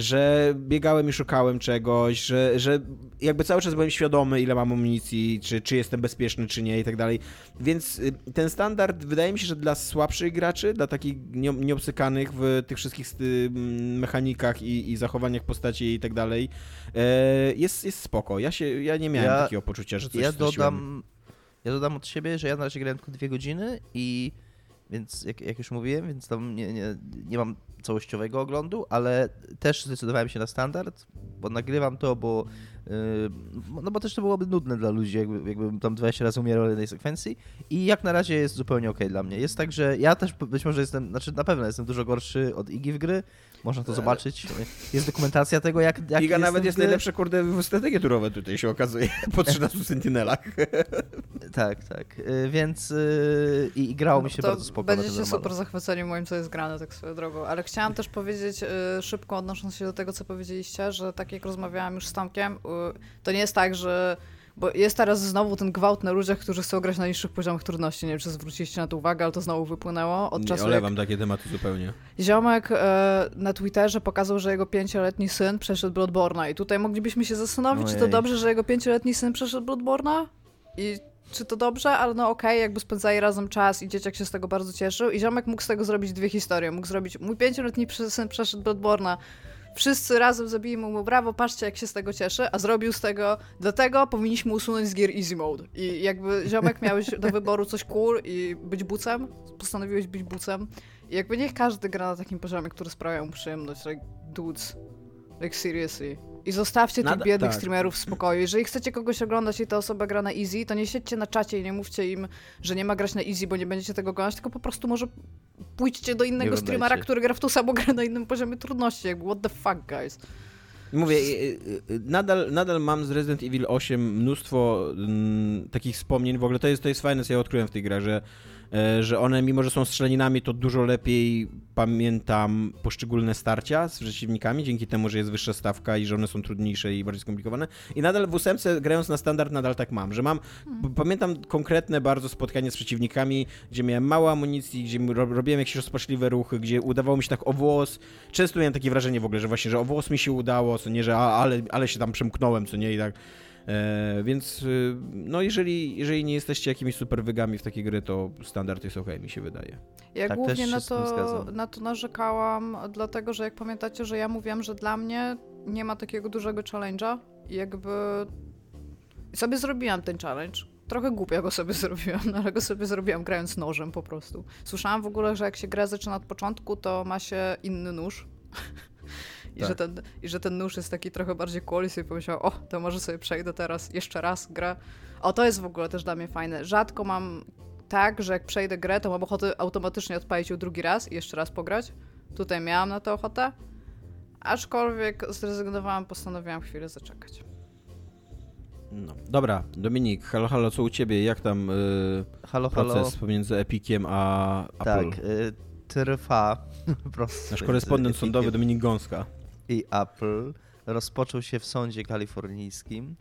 że biegałem i szukałem czegoś, że, że jakby cały czas byłem świadomy, ile mam amunicji, czy, czy jestem bezpieczny, czy nie i tak dalej. Więc y, ten standard wydaje mi się, że dla słabszych graczy, dla takich nie, nieobcykanych w tych wszystkich y, mechanikach i, i zachowaniach postaci i tak dalej, e, jest, jest spoko. Ja, się, ja nie miałem Ja, takiego poczucia, że coś ja straciłem. dodam, ja dodam od siebie, że ja na razie grałem tylko dwie godziny i więc jak, jak już mówiłem, więc tam nie, nie, nie mam całościowego oglądu, ale też zdecydowałem się na standard, bo nagrywam to, bo yy, no bo też to byłoby nudne dla ludzi, jakby, jakbym tam dwadzieścia razy umierał w jednej sekwencji i jak na razie jest zupełnie okej dla mnie. Jest tak, że ja też być może jestem, znaczy na pewno jestem dużo gorszy od Igi w gry, można to zobaczyć, jest dokumentacja tego, jak, jak Iga nawet jest gry. najlepsze, kurde, w strategie turowe tutaj się okazuje, po trzynastu Sentinelach. Tak, tak, yy, więc yy, i, i grało mi się to bardzo spoko na tym będziecie normalu. super zachwyceni moim, co jest grane, tak swoją drogą. Ale chciałam też powiedzieć y, szybko, odnosząc się do tego, co powiedzieliście, że tak jak rozmawiałam już z Tomkiem, y, to nie jest tak, że... Bo jest teraz znowu ten gwałt na ludziach, którzy chcą grać na niższych poziomach trudności. Nie wiem, czy zwróciliście na to uwagę, ale to znowu wypłynęło. Od Nie czasu, olewam jak takie tematy zupełnie. ziomek e, na Twitterze pokazał, że jego pięcioletni syn przeszedł Bloodborne'a. I tutaj moglibyśmy się zastanowić, Ojej. czy to dobrze, że jego pięcioletni syn przeszedł Bloodborne'a? I czy to dobrze? Ale no okej, okay, jakby spędzali razem czas i dzieciak się z tego bardzo cieszył. I ziomek mógł z tego zrobić dwie historie. Mógł zrobić, mój pięcioletni syn przeszedł Bloodborne'a. Wszyscy razem zabijmy mu brawo, patrzcie jak się z tego cieszy, a zrobił z tego, dlatego powinniśmy usunąć z gier easy mode. I jakby ziomek miałeś do wyboru coś cool i być bucem, postanowiłeś być bucem. I jakby niech każdy gra na takim poziomie, który sprawia mu przyjemność, like dudes, like seriously. I zostawcie tych Nada- biednych tak. streamerów w spokoju. Jeżeli chcecie kogoś oglądać i ta osoba gra na easy, to nie siedźcie na czacie i nie mówcie im, że nie ma grać na easy, bo nie będziecie tego oglądać, tylko po prostu może pójdźcie do innego Nie streamera, oglądajcie. który gra w tą samą grę na innym poziomie trudności. Jakby what the fuck, guys. Mówię, nadal, nadal mam z Resident Evil osiem mnóstwo m, takich wspomnień. W ogóle to jest, to jest fajne, co ja odkryłem w tej grze, że, e, że one, mimo że są strzelaninami, to dużo lepiej pamiętam poszczególne starcia z przeciwnikami, dzięki temu, że jest wyższa stawka i że one są trudniejsze i bardziej skomplikowane. I nadal w ósemce, grając na standard, nadal tak mam, że mam, hmm. pamiętam konkretne bardzo spotkanie z przeciwnikami, gdzie miałem mało amunicji, gdzie robiłem jakieś rozpaczliwe ruchy, gdzie udawało mi się tak o włos. Często miałem takie wrażenie w ogóle, że właśnie, że o włos mi się udało, co nie, że a, ale, ale się tam przemknąłem, co nie, i tak. E, więc no jeżeli, jeżeli nie jesteście jakimiś super wygami w takie gry, to standard jest okej, mi się wydaje. Ja tak, głównie na to, na to narzekałam, dlatego że jak pamiętacie, że ja mówiłam, że dla mnie nie ma takiego dużego challenge'a i jakby sobie zrobiłam ten challenge. Trochę głupio go sobie zrobiłam, no ale go sobie zrobiłam grając nożem po prostu. Słyszałam w ogóle, że jak się gra zaczyna od początku, to ma się inny nóż. I, tak. że ten, I że ten nóż jest taki trochę bardziej cool i sobie pomyślałam, o, to może sobie przejdę teraz jeszcze raz grę. O, to jest w ogóle też dla mnie fajne. Rzadko mam tak, że jak przejdę grę, to mam ochotę automatycznie odpalić ją drugi raz i jeszcze raz pograć. Tutaj miałam na to ochotę, aczkolwiek zrezygnowałam, postanowiłam chwilę zaczekać. No. Dobra, Dominik, halo, halo, co u ciebie? Jak tam yy, halo, proces halo. pomiędzy Epiciem a Apple? Tak, y, trwa. Nasz korespondent sądowy Dominik Gąska. I Apple rozpoczął się w sądzie kalifornijskim.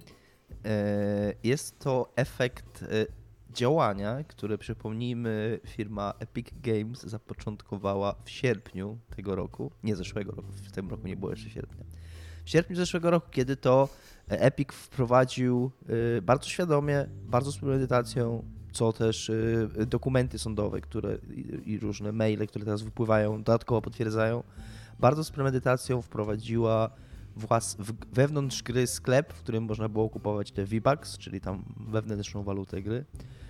Jest to efekt działania, które, przypomnijmy, firma Epic Games zapoczątkowała w sierpniu tego roku. Nie zeszłego roku, w tym roku nie było jeszcze sierpnia. W sierpniu zeszłego roku, kiedy to Epic wprowadził bardzo świadomie, bardzo z premedytacją, co też dokumenty sądowe, które i różne maile, które teraz wypływają, dodatkowo potwierdzają, bardzo z premedytacją wprowadziła włas, w, wewnątrz gry sklep, w którym można było kupować te V-Bucks, czyli tam wewnętrzną walutę gry,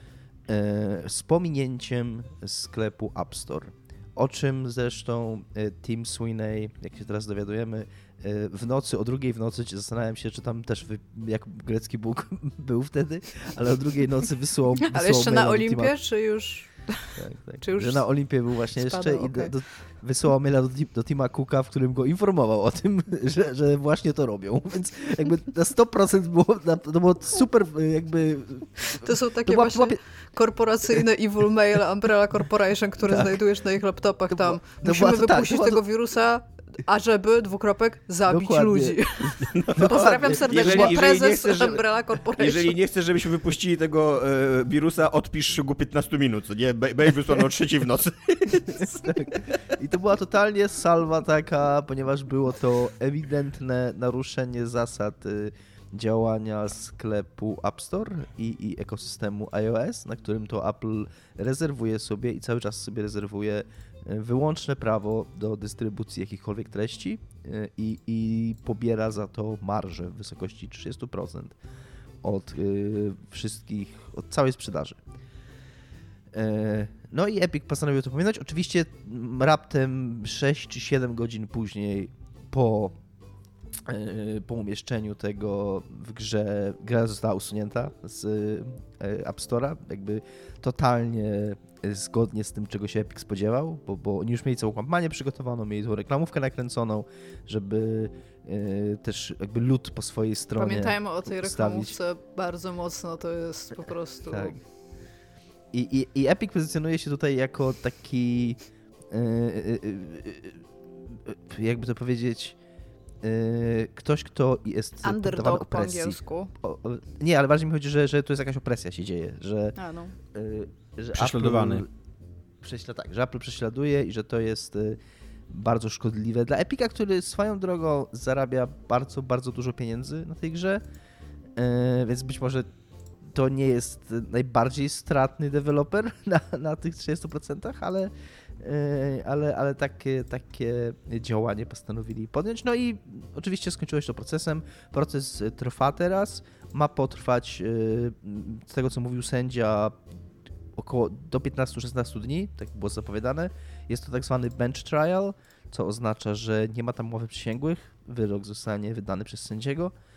e, z pominięciem sklepu App Store. O czym zresztą Tim Sweeney, jak się teraz dowiadujemy, w nocy, o drugiej w nocy zastanawiam się, czy tam też, wy, jak grecki Bóg był wtedy, ale o drugiej nocy wysłał wysłał Ale jeszcze na Olimpie, Tima... czy już... Tak, tak. Czy już że na Olimpie był właśnie spadł, jeszcze okay. i do, do, wysłał maila do, do Tima Cooka, w którym go informował o tym, że, że właśnie to robią, więc jakby na sto procent było, to było super jakby... To są takie to była, właśnie była... korporacyjne evil mail, Umbrella Corporation, które tak. znajdujesz na ich laptopach tam. To Musimy była, wypuścić tak, tego to... wirusa, ażeby, dwukropek, zabić Dokładnie. ludzi. No, pozdrawiam serdecznie, jeżeli, prezes jeżeli chcesz, żeby, Umbrella Corporation. Jeżeli nie chcesz, żebyśmy wypuścili tego e, wirusa, odpisz w ciągu piętnastu minut, co nie? Mail wysłano o trzeciej w nocy. Tak. I to była totalnie salwa taka, ponieważ było to ewidentne naruszenie zasad y, działania sklepu App Store i, i ekosystemu iOS, na którym to Apple rezerwuje sobie i cały czas sobie rezerwuje wyłączne prawo do dystrybucji jakichkolwiek treści i, i pobiera za to marżę w wysokości trzydzieści procent od y, wszystkich, od całej sprzedaży. E, no i Epic postanowił to pominąć. Oczywiście raptem sześć czy siedem godzin później po, y, po umieszczeniu tego w grze, gra została usunięta z y, App Store'a, jakby totalnie zgodnie z tym, czego się Epic spodziewał, bo, bo oni już mieli całą kampanię przygotowaną, mieli tą reklamówkę nakręconą, żeby y, też jakby lud po swojej stronie Pamiętajmy o tej ustawić. reklamówce bardzo mocno, to jest po prostu... Tak. I, i, I Epic pozycjonuje się tutaj jako taki y, y, y, y, jakby to powiedzieć, y, ktoś, kto jest underdog po opresji. angielsku. O, o, nie, ale bardziej mi chodzi, że, że tu jest jakaś opresja się dzieje, że, A, no. y, że prześladowany. Apple, prześla, tak, że Apple prześladuje i że to jest y, bardzo szkodliwe dla Epica, który swoją drogą zarabia bardzo, bardzo dużo pieniędzy na tej grze, y, więc być może to nie jest najbardziej stratny deweloper na, na tych trzydziestu procentach, ale, ale, ale takie, takie działanie postanowili podjąć. No i oczywiście skończyło się to procesem. Proces trwa teraz. Ma potrwać, z tego co mówił sędzia, około do piętnastu do szesnastu dni, tak było zapowiadane. Jest to tak zwany bench trial, co oznacza, że nie ma tam mowy przysięgłych. Wyrok zostanie wydany przez sędziego.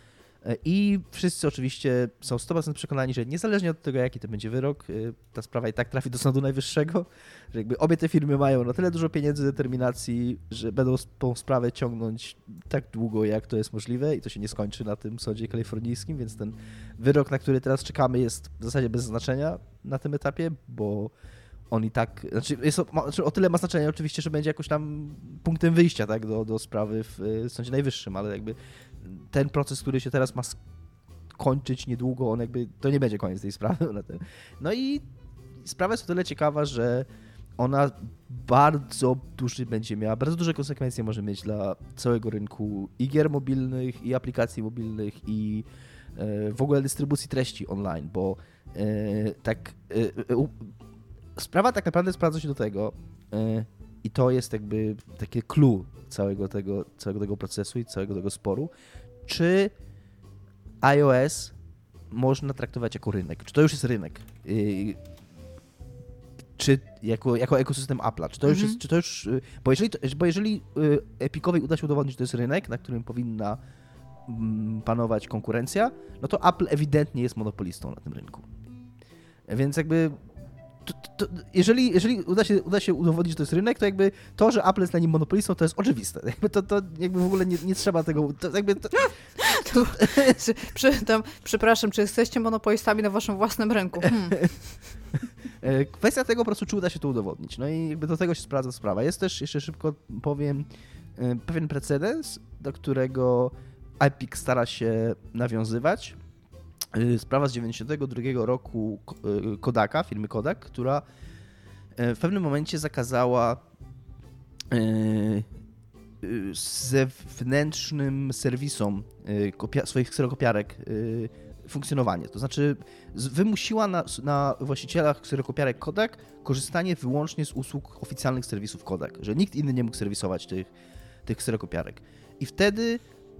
I wszyscy oczywiście są sto procent przekonani, że niezależnie od tego, jaki to będzie wyrok, ta sprawa i tak trafi do Sądu Najwyższego, że jakby obie te firmy mają na tyle dużo pieniędzy, determinacji, że będą tą sprawę ciągnąć tak długo, jak to jest możliwe i to się nie skończy na tym sądzie kalifornijskim, więc ten wyrok, na który teraz czekamy, jest w zasadzie bez znaczenia na tym etapie, bo on i tak, znaczy, jest o, znaczy o tyle ma znaczenie oczywiście, że będzie jakoś tam punktem wyjścia, tak, do, do sprawy w Sądzie Najwyższym, ale jakby ten proces, który się teraz ma skończyć niedługo, on jakby, to nie będzie koniec tej sprawy. No i sprawa jest o tyle ciekawa, że ona bardzo duży będzie miała, bardzo duże konsekwencje może mieć dla całego rynku i gier mobilnych, i aplikacji mobilnych, i w ogóle dystrybucji treści online, bo tak sprawa tak naprawdę sprowadza się do tego, i to jest jakby takie clue całego tego, całego tego procesu i całego tego sporu, czy iOS można traktować jako rynek, czy to już jest rynek, czy jako, jako ekosystem Apple'a, czy to już jest, czy to już, bo jeżeli, bo jeżeli Epicowi uda się udowodnić, że to jest rynek, na którym powinna panować konkurencja, no to Apple ewidentnie jest monopolistą na tym rynku. Więc jakby To, to, jeżeli jeżeli uda, się, uda się udowodnić, że to jest rynek, to jakby to, że Apple jest na nim monopolistą, to jest oczywiste. Jakby to, to jakby w ogóle nie, nie trzeba tego... To jakby to... To, przy, tam, przepraszam, czy jesteście monopolistami na waszym własnym rynku? Hmm. Kwestia tego po prostu, czy uda się to udowodnić. No i jakby do tego się sprawdza sprawa. Jest też, jeszcze szybko powiem, pewien precedens, do którego Epic stara się nawiązywać. Sprawa z dziewięćdziesiątego drugiego roku Kodaka, firmy Kodak, która w pewnym momencie zakazała zewnętrznym serwisom swoich kserokopiarek funkcjonowanie. To znaczy wymusiła na, na właścicielach kserokopiarek Kodak korzystanie wyłącznie z usług oficjalnych serwisów Kodak, że nikt inny nie mógł serwisować tych, tych kserokopiarek. I wtedy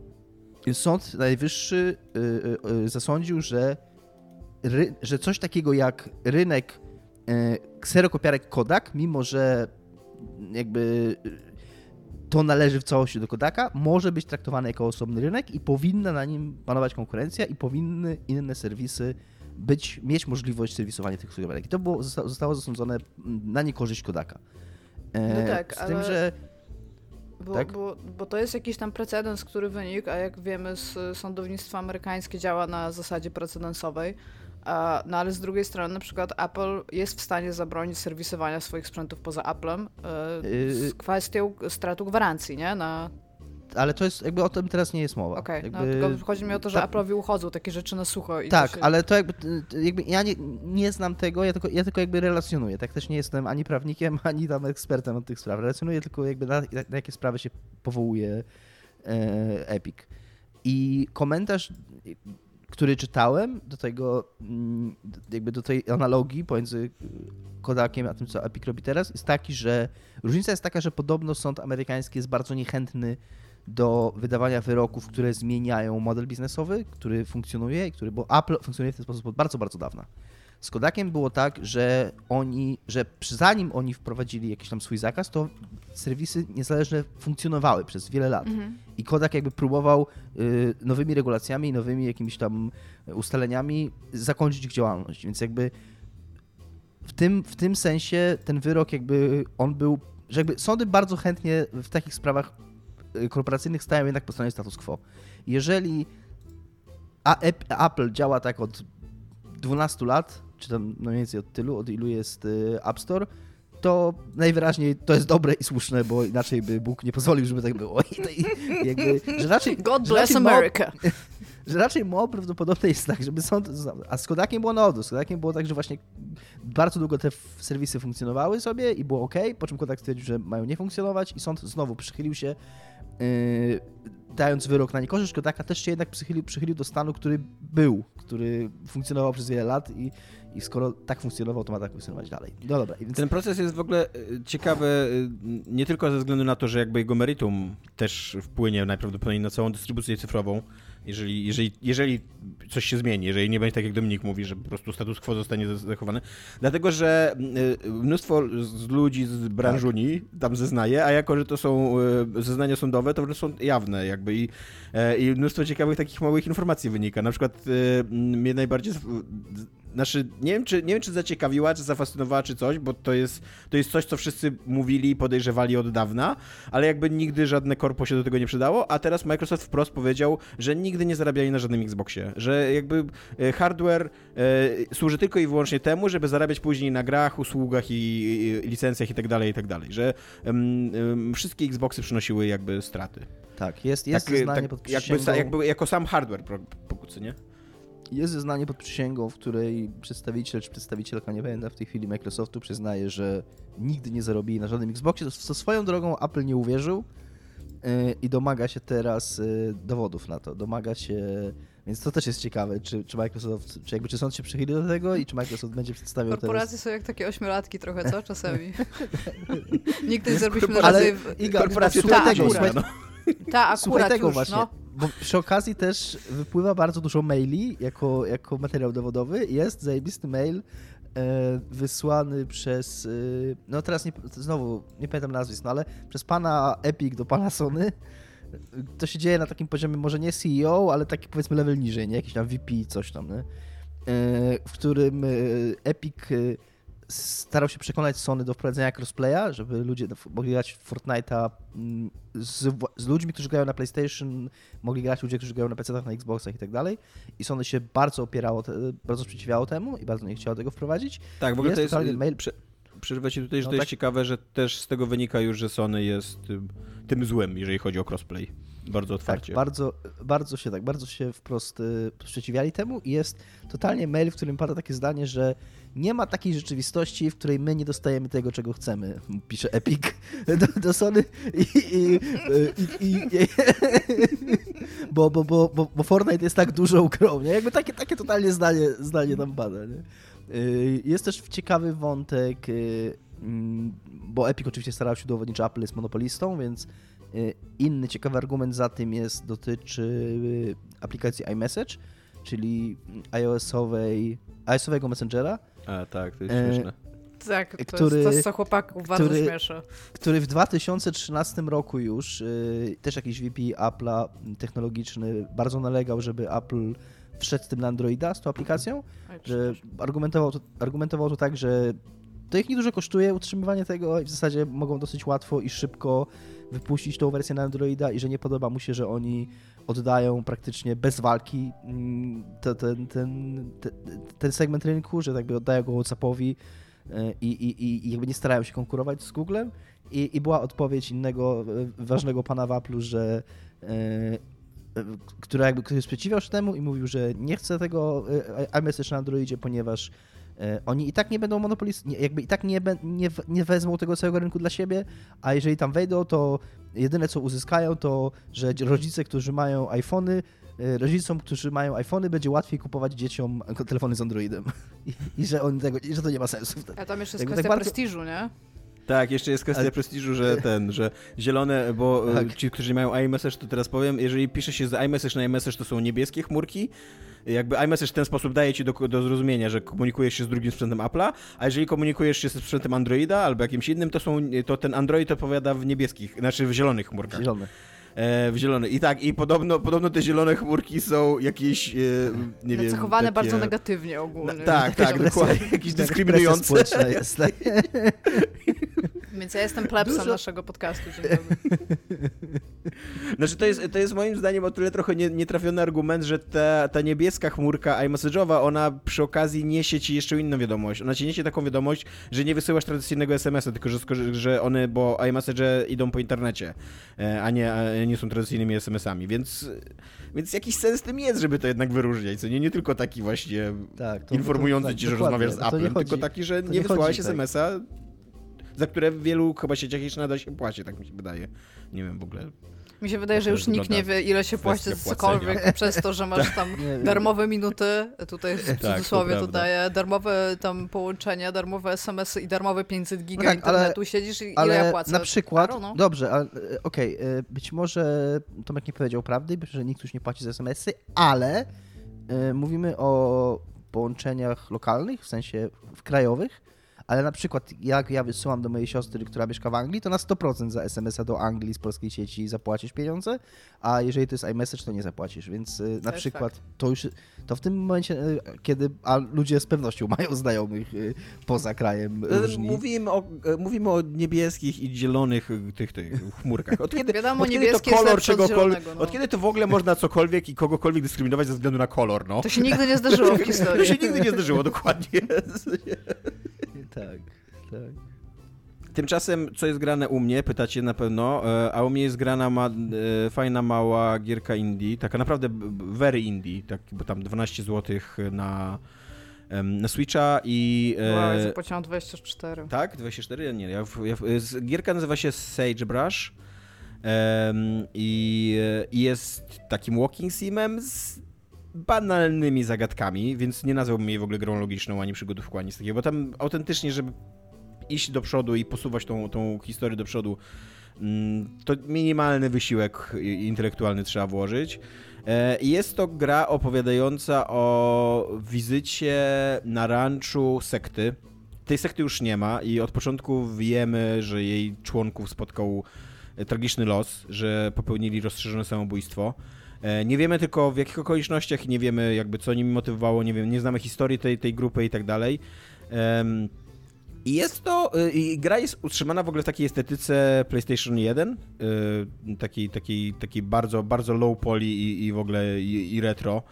Sąd Najwyższy y, y, y, zasądził, że, ry, że coś takiego jak rynek y, kserokopiarek Kodak, mimo że jakby to należy w całości do Kodaka, może być traktowany jako osobny rynek i powinna na nim panować konkurencja i powinny inne serwisy być, mieć możliwość serwisowania tych kserokopiarek. I to było, zostało zasądzone na niekorzyść Kodaka. E, no tak, z ale... tym, że Bo, tak? bo, bo to jest jakiś tam precedens, który wynikł, a jak wiemy, z sądownictwo amerykańskie działa na zasadzie precedensowej. A, no ale z drugiej strony na przykład Apple jest w stanie zabronić serwisowania swoich sprzętów poza Applem yy, z kwestią straty gwarancji, nie? Na... Ale to jest, jakby o tym teraz nie jest mowa. Okej, okay, jakby... no tylko chodzi mi o to, że Ta... Apple'owi uchodzą takie rzeczy na sucho. I tak, to się... ale to jakby, jakby ja nie, nie znam tego, ja tylko, ja tylko jakby relacjonuję. Tak też nie jestem ani prawnikiem, ani tam ekspertem od tych spraw. Relacjonuję tylko jakby na, na jakie sprawy się powołuje e, Epic. I komentarz, który czytałem do tego, jakby do tej analogii pomiędzy Kodakiem a tym, co Epic robi teraz, jest taki, że różnica jest taka, że podobno sąd amerykański jest bardzo niechętny do wydawania wyroków, które zmieniają model biznesowy, który funkcjonuje, który, bo Apple funkcjonuje w ten sposób od bardzo, bardzo dawna. Z Kodakiem było tak, że oni, że zanim oni wprowadzili jakiś tam swój zakaz, to serwisy niezależne funkcjonowały przez wiele lat. Mhm. I Kodak jakby próbował y, nowymi regulacjami, nowymi jakimiś tam ustaleniami zakończyć ich działalność. Więc jakby w tym, w tym sensie ten wyrok jakby on był, że jakby sądy bardzo chętnie w takich sprawach korporacyjnych stają jednak po stronie status quo. Jeżeli A- Apple działa tak od dwunastu lat, czy tam no mniej więcej od tylu, od ilu jest App Store, to najwyraźniej to jest dobre i słuszne, bo inaczej by Bóg nie pozwolił, żeby tak było. I, i jakby, że raczej, God że bless raczej America. Mało, że raczej mało prawdopodobne jest tak, żeby sąd... A z Kodakiem było na odwrót. Z Kodakiem było tak, że właśnie bardzo długo te serwisy funkcjonowały sobie i było ok, po czym Kodak stwierdził, że mają nie funkcjonować i sąd znowu przychylił się, yy, dając wyrok na niekorzyść. Kodaka też się jednak przychylił, przychylił do stanu, który był, który funkcjonował przez wiele lat i, i skoro tak funkcjonował, to ma tak funkcjonować dalej. No dobra. Więc... Ten proces jest w ogóle ciekawy nie tylko ze względu na to, że jakby jego meritum też wpłynie najprawdopodobniej na całą dystrybucję cyfrową, Jeżeli, jeżeli, jeżeli coś się zmieni, jeżeli nie będzie tak, jak Dominik mówi, że po prostu status quo zostanie zachowany. Dlatego, że mnóstwo z ludzi z branżuni tam zeznaje, a jako, że to są zeznania sądowe, to są jawne jakby i, i mnóstwo ciekawych takich małych informacji wynika. Na przykład mnie najbardziej... Znaczy, nie wiem, czy, nie wiem, czy zaciekawiła, czy zafascynowała, czy coś, bo to jest, to jest coś, co wszyscy mówili i podejrzewali od dawna, ale jakby nigdy żadne korpo się do tego nie przydało, a teraz Microsoft wprost powiedział, że nigdy nie zarabiali na żadnym Xboxie, że jakby hardware e, służy tylko i wyłącznie temu, żeby zarabiać później na grach, usługach i, i licencjach i tak dalej, i tak dalej, że um, um, wszystkie Xboxy przynosiły jakby straty. Tak, jest, jest tak, zeznanie tak, pod przysięgą. Jakby, jakby jako sam hardware, pokrótce, nie? Jest zeznanie pod przysięgą, w której przedstawiciel czy przedstawicielka, nie pamiętam w tej chwili, Microsoftu przyznaje, że nigdy nie zarobili na żadnym Xboxie. Co swoją drogą Apple nie uwierzył yy, i domaga się teraz yy, dowodów na to. Domaga się... Więc to też jest ciekawe, czy, czy Microsoft, czy jakby czy sąd się przychyli do tego i czy Microsoft będzie przedstawiał teraz... Korporacje są jak takie ośmiolatki trochę, co? Czasami. Nigdy nie zrobiliśmy Ale razy... Iga, korporacje słuchaj tego, tego, słuchaj, no. Ta, słuchaj akurat tego już, właśnie, no. bo przy okazji też wypływa bardzo dużo maili jako, jako materiał dowodowy. Jest zajebisty mail e, wysłany przez, e, no teraz nie, znowu nie pamiętam nazwisk, no ale przez pana Epic do pana Sony. To się dzieje na takim poziomie, może nie C E O, ale taki powiedzmy level niżej, nie? Jakiś tam V P, coś tam, nie? E, w którym e, Epic e, starał się przekonać Sony do wprowadzenia crossplaya, żeby ludzie mogli grać w Fortnite'a z, z ludźmi, którzy grają na PlayStation, mogli grać ludzie, którzy grają na pecetach, na Xboxach i tak dalej. I Sony się bardzo opierało, bardzo sprzeciwiało temu i bardzo nie chciało tego wprowadzić. Tak, w ogóle jest to jest... mail... Prze... Przerwę ci tutaj, że no to tak. jest ciekawe, że też z tego wynika już, że Sony jest tym złym, jeżeli chodzi o crossplay. Bardzo otwarcie. Tak, bardzo, bardzo się tak, bardzo się wprost y, sprzeciwiali temu i jest totalnie mail, w którym pada takie zdanie, że nie ma takiej rzeczywistości, w której my nie dostajemy tego, czego chcemy, pisze Epic do, do Sony i, i, i, i, i bo, bo, bo, bo, bo Fortnite jest tak dużą grą, nie? Jakby takie, takie totalnie zdanie, zdanie tam pada, nie? Jest też ciekawy wątek, bo Epic oczywiście starał się udowodnić, że Apple jest monopolistą, więc inny ciekawy argument za tym jest, dotyczy aplikacji iMessage, czyli iOS-owej, iOS-owego Messengera. A tak, to jest e, śmieszne. Tak, to który, jest to, co chłopaków bardzo który, śmieszy. Który w dwa tysiące trzynastym roku już yy, też jakiś V P Apple'a technologiczny bardzo nalegał, żeby Apple wszedł z tym na Androida, z tą aplikacją, Oj, że argumentował to, argumentował to tak, że to ich niedużo kosztuje utrzymywanie tego i w zasadzie mogą dosyć łatwo i szybko wypuścić tą wersję na Androida i że nie podoba mu się, że oni oddają praktycznie bez walki ten, ten, ten, ten segment rynku, że jakby oddają go WhatsAppowi i, i, i jakby nie starają się konkurować z Googlem. I, i była odpowiedź innego ważnego pana w Apple'u, że który jakby który sprzeciwiał się temu i mówił, że nie chce tego iMessage na Androidzie, ponieważ oni i tak nie będą monopolistami, jakby i tak nie, nie, nie wezmą tego całego rynku dla siebie, a jeżeli tam wejdą, to jedyne co uzyskają to, że rodzice, którzy mają iPhony, rodzicom, którzy mają iPhony, będzie łatwiej kupować dzieciom telefony z Androidem. I, i że, on tego, i że to nie ma sensu wtedy. A tam jeszcze jest jakby kwestia tak bardzo... prestiżu, nie? Tak, jeszcze jest kwestia Ale... prestiżu, że ten, że zielone, bo tak. Ci, którzy mają iMessage, to teraz powiem, jeżeli pisze się z iMessage na iMessage, to są niebieskie chmurki. Jakby iMessage w ten sposób daje ci do, do zrozumienia, że komunikujesz się z drugim sprzętem Apple'a, a jeżeli komunikujesz się ze sprzętem Androida albo jakimś innym, to są, to ten Android odpowiada w niebieskich, znaczy w zielonych chmurkach. Zielone. E, w zielony. I tak, i podobno, podobno te zielone chmurki są jakieś, e, nie wiem, Nacechowane takie... bardzo negatywnie ogólnie. Na, tak, tak, dokładnie, jakieś dyskryminujące. Jest, tak. Więc ja jestem plebsem Dużo... naszego podcastu. Dzień dobry. Znaczy to jest, to jest moim zdaniem o tyle trochę nie, nietrafiony argument, że ta, ta niebieska chmurka iMessage'owa, ona przy okazji niesie ci jeszcze inną wiadomość. Ona ci niesie taką wiadomość, że nie wysyłasz tradycyjnego es em es a, tylko że, że one, bo iMessage idą po internecie, a nie, a nie są tradycyjnymi es em es ami, więc, więc jakiś sens w tym jest, żeby to jednak wyróżniać, co nie, nie tylko taki właśnie tak, to, informujący to, to, ci, że dokładnie. rozmawiasz z Applem, chodzi, tylko taki, że nie nie wysłałeś chodzi, es em es a, za które w wielu chyba sieciach jeszcze nadal się płaci, tak mi się wydaje. Nie wiem w ogóle. Mi się wydaje, że już nikt nie wie, ile się płaci za cokolwiek przez to, że masz tam darmowe minuty, tutaj w cudzysłowie to daje, darmowe tam połączenia, darmowe es em esy i darmowe pięćset giga no tak, internetu, ale, siedzisz i ale ile ja płacę? Na przykład, Paru, no? dobrze, okej, okay, być może Tomek nie powiedział prawdy, że nikt już nie płaci za es em esy, ale y, mówimy o połączeniach lokalnych, w sensie w krajowych, ale na przykład jak ja wysyłam do mojej siostry, która mieszka w Anglii, to na sto procent za es em esa do Anglii z polskiej sieci zapłacisz pieniądze, a jeżeli to jest iMessage, to nie zapłacisz, więc y, na przykład fakt. to już, to w tym momencie, y, kiedy, a ludzie z pewnością mają znajomych y, poza krajem różni. Mówimy o, mówimy o niebieskich i zielonych tych, tych chmurkach. Od kiedy, Wiadomo, od kiedy to kolor czegokolwiek, no. od kiedy to w ogóle można cokolwiek i kogokolwiek dyskryminować ze względu na kolor, no. To się nigdy nie zdarzyło w historii. To się nigdy nie zdarzyło, dokładnie. Tak, tak. Tymczasem, co jest grane u mnie, pytacie na pewno, a u mnie jest grana ma, fajna, mała gierka indie, taka naprawdę very indie, tak, bo tam dwanaście złotych na, na Switcha i... Wow, ja zapłaciłam dwadzieścia cztery. Tak? dwadzieścia cztery? Nie, ja, ja, gierka nazywa się Sagebrush um, i, i jest takim walking simem z banalnymi zagadkami, więc nie nazwałbym jej w ogóle grą logiczną, ani przygodówką, ani z takiego, bo tam autentycznie, żeby iść do przodu i posuwać tą, tą historię do przodu, to minimalny wysiłek intelektualny trzeba włożyć. Jest to gra opowiadająca o wizycie na ranczu sekty. Tej sekty już nie ma i od początku wiemy, że jej członków spotkał tragiczny los, że popełnili rozszerzone samobójstwo. Nie wiemy tylko w jakich okolicznościach i nie wiemy jakby co nimi motywowało, nie wiem, nie znamy historii tej, tej grupy i tak dalej. I jest to, i gra jest utrzymana w ogóle w takiej estetyce PlayStation jeden, takiej, takiej, takiej bardzo, bardzo low poly i, i w ogóle i, i retro.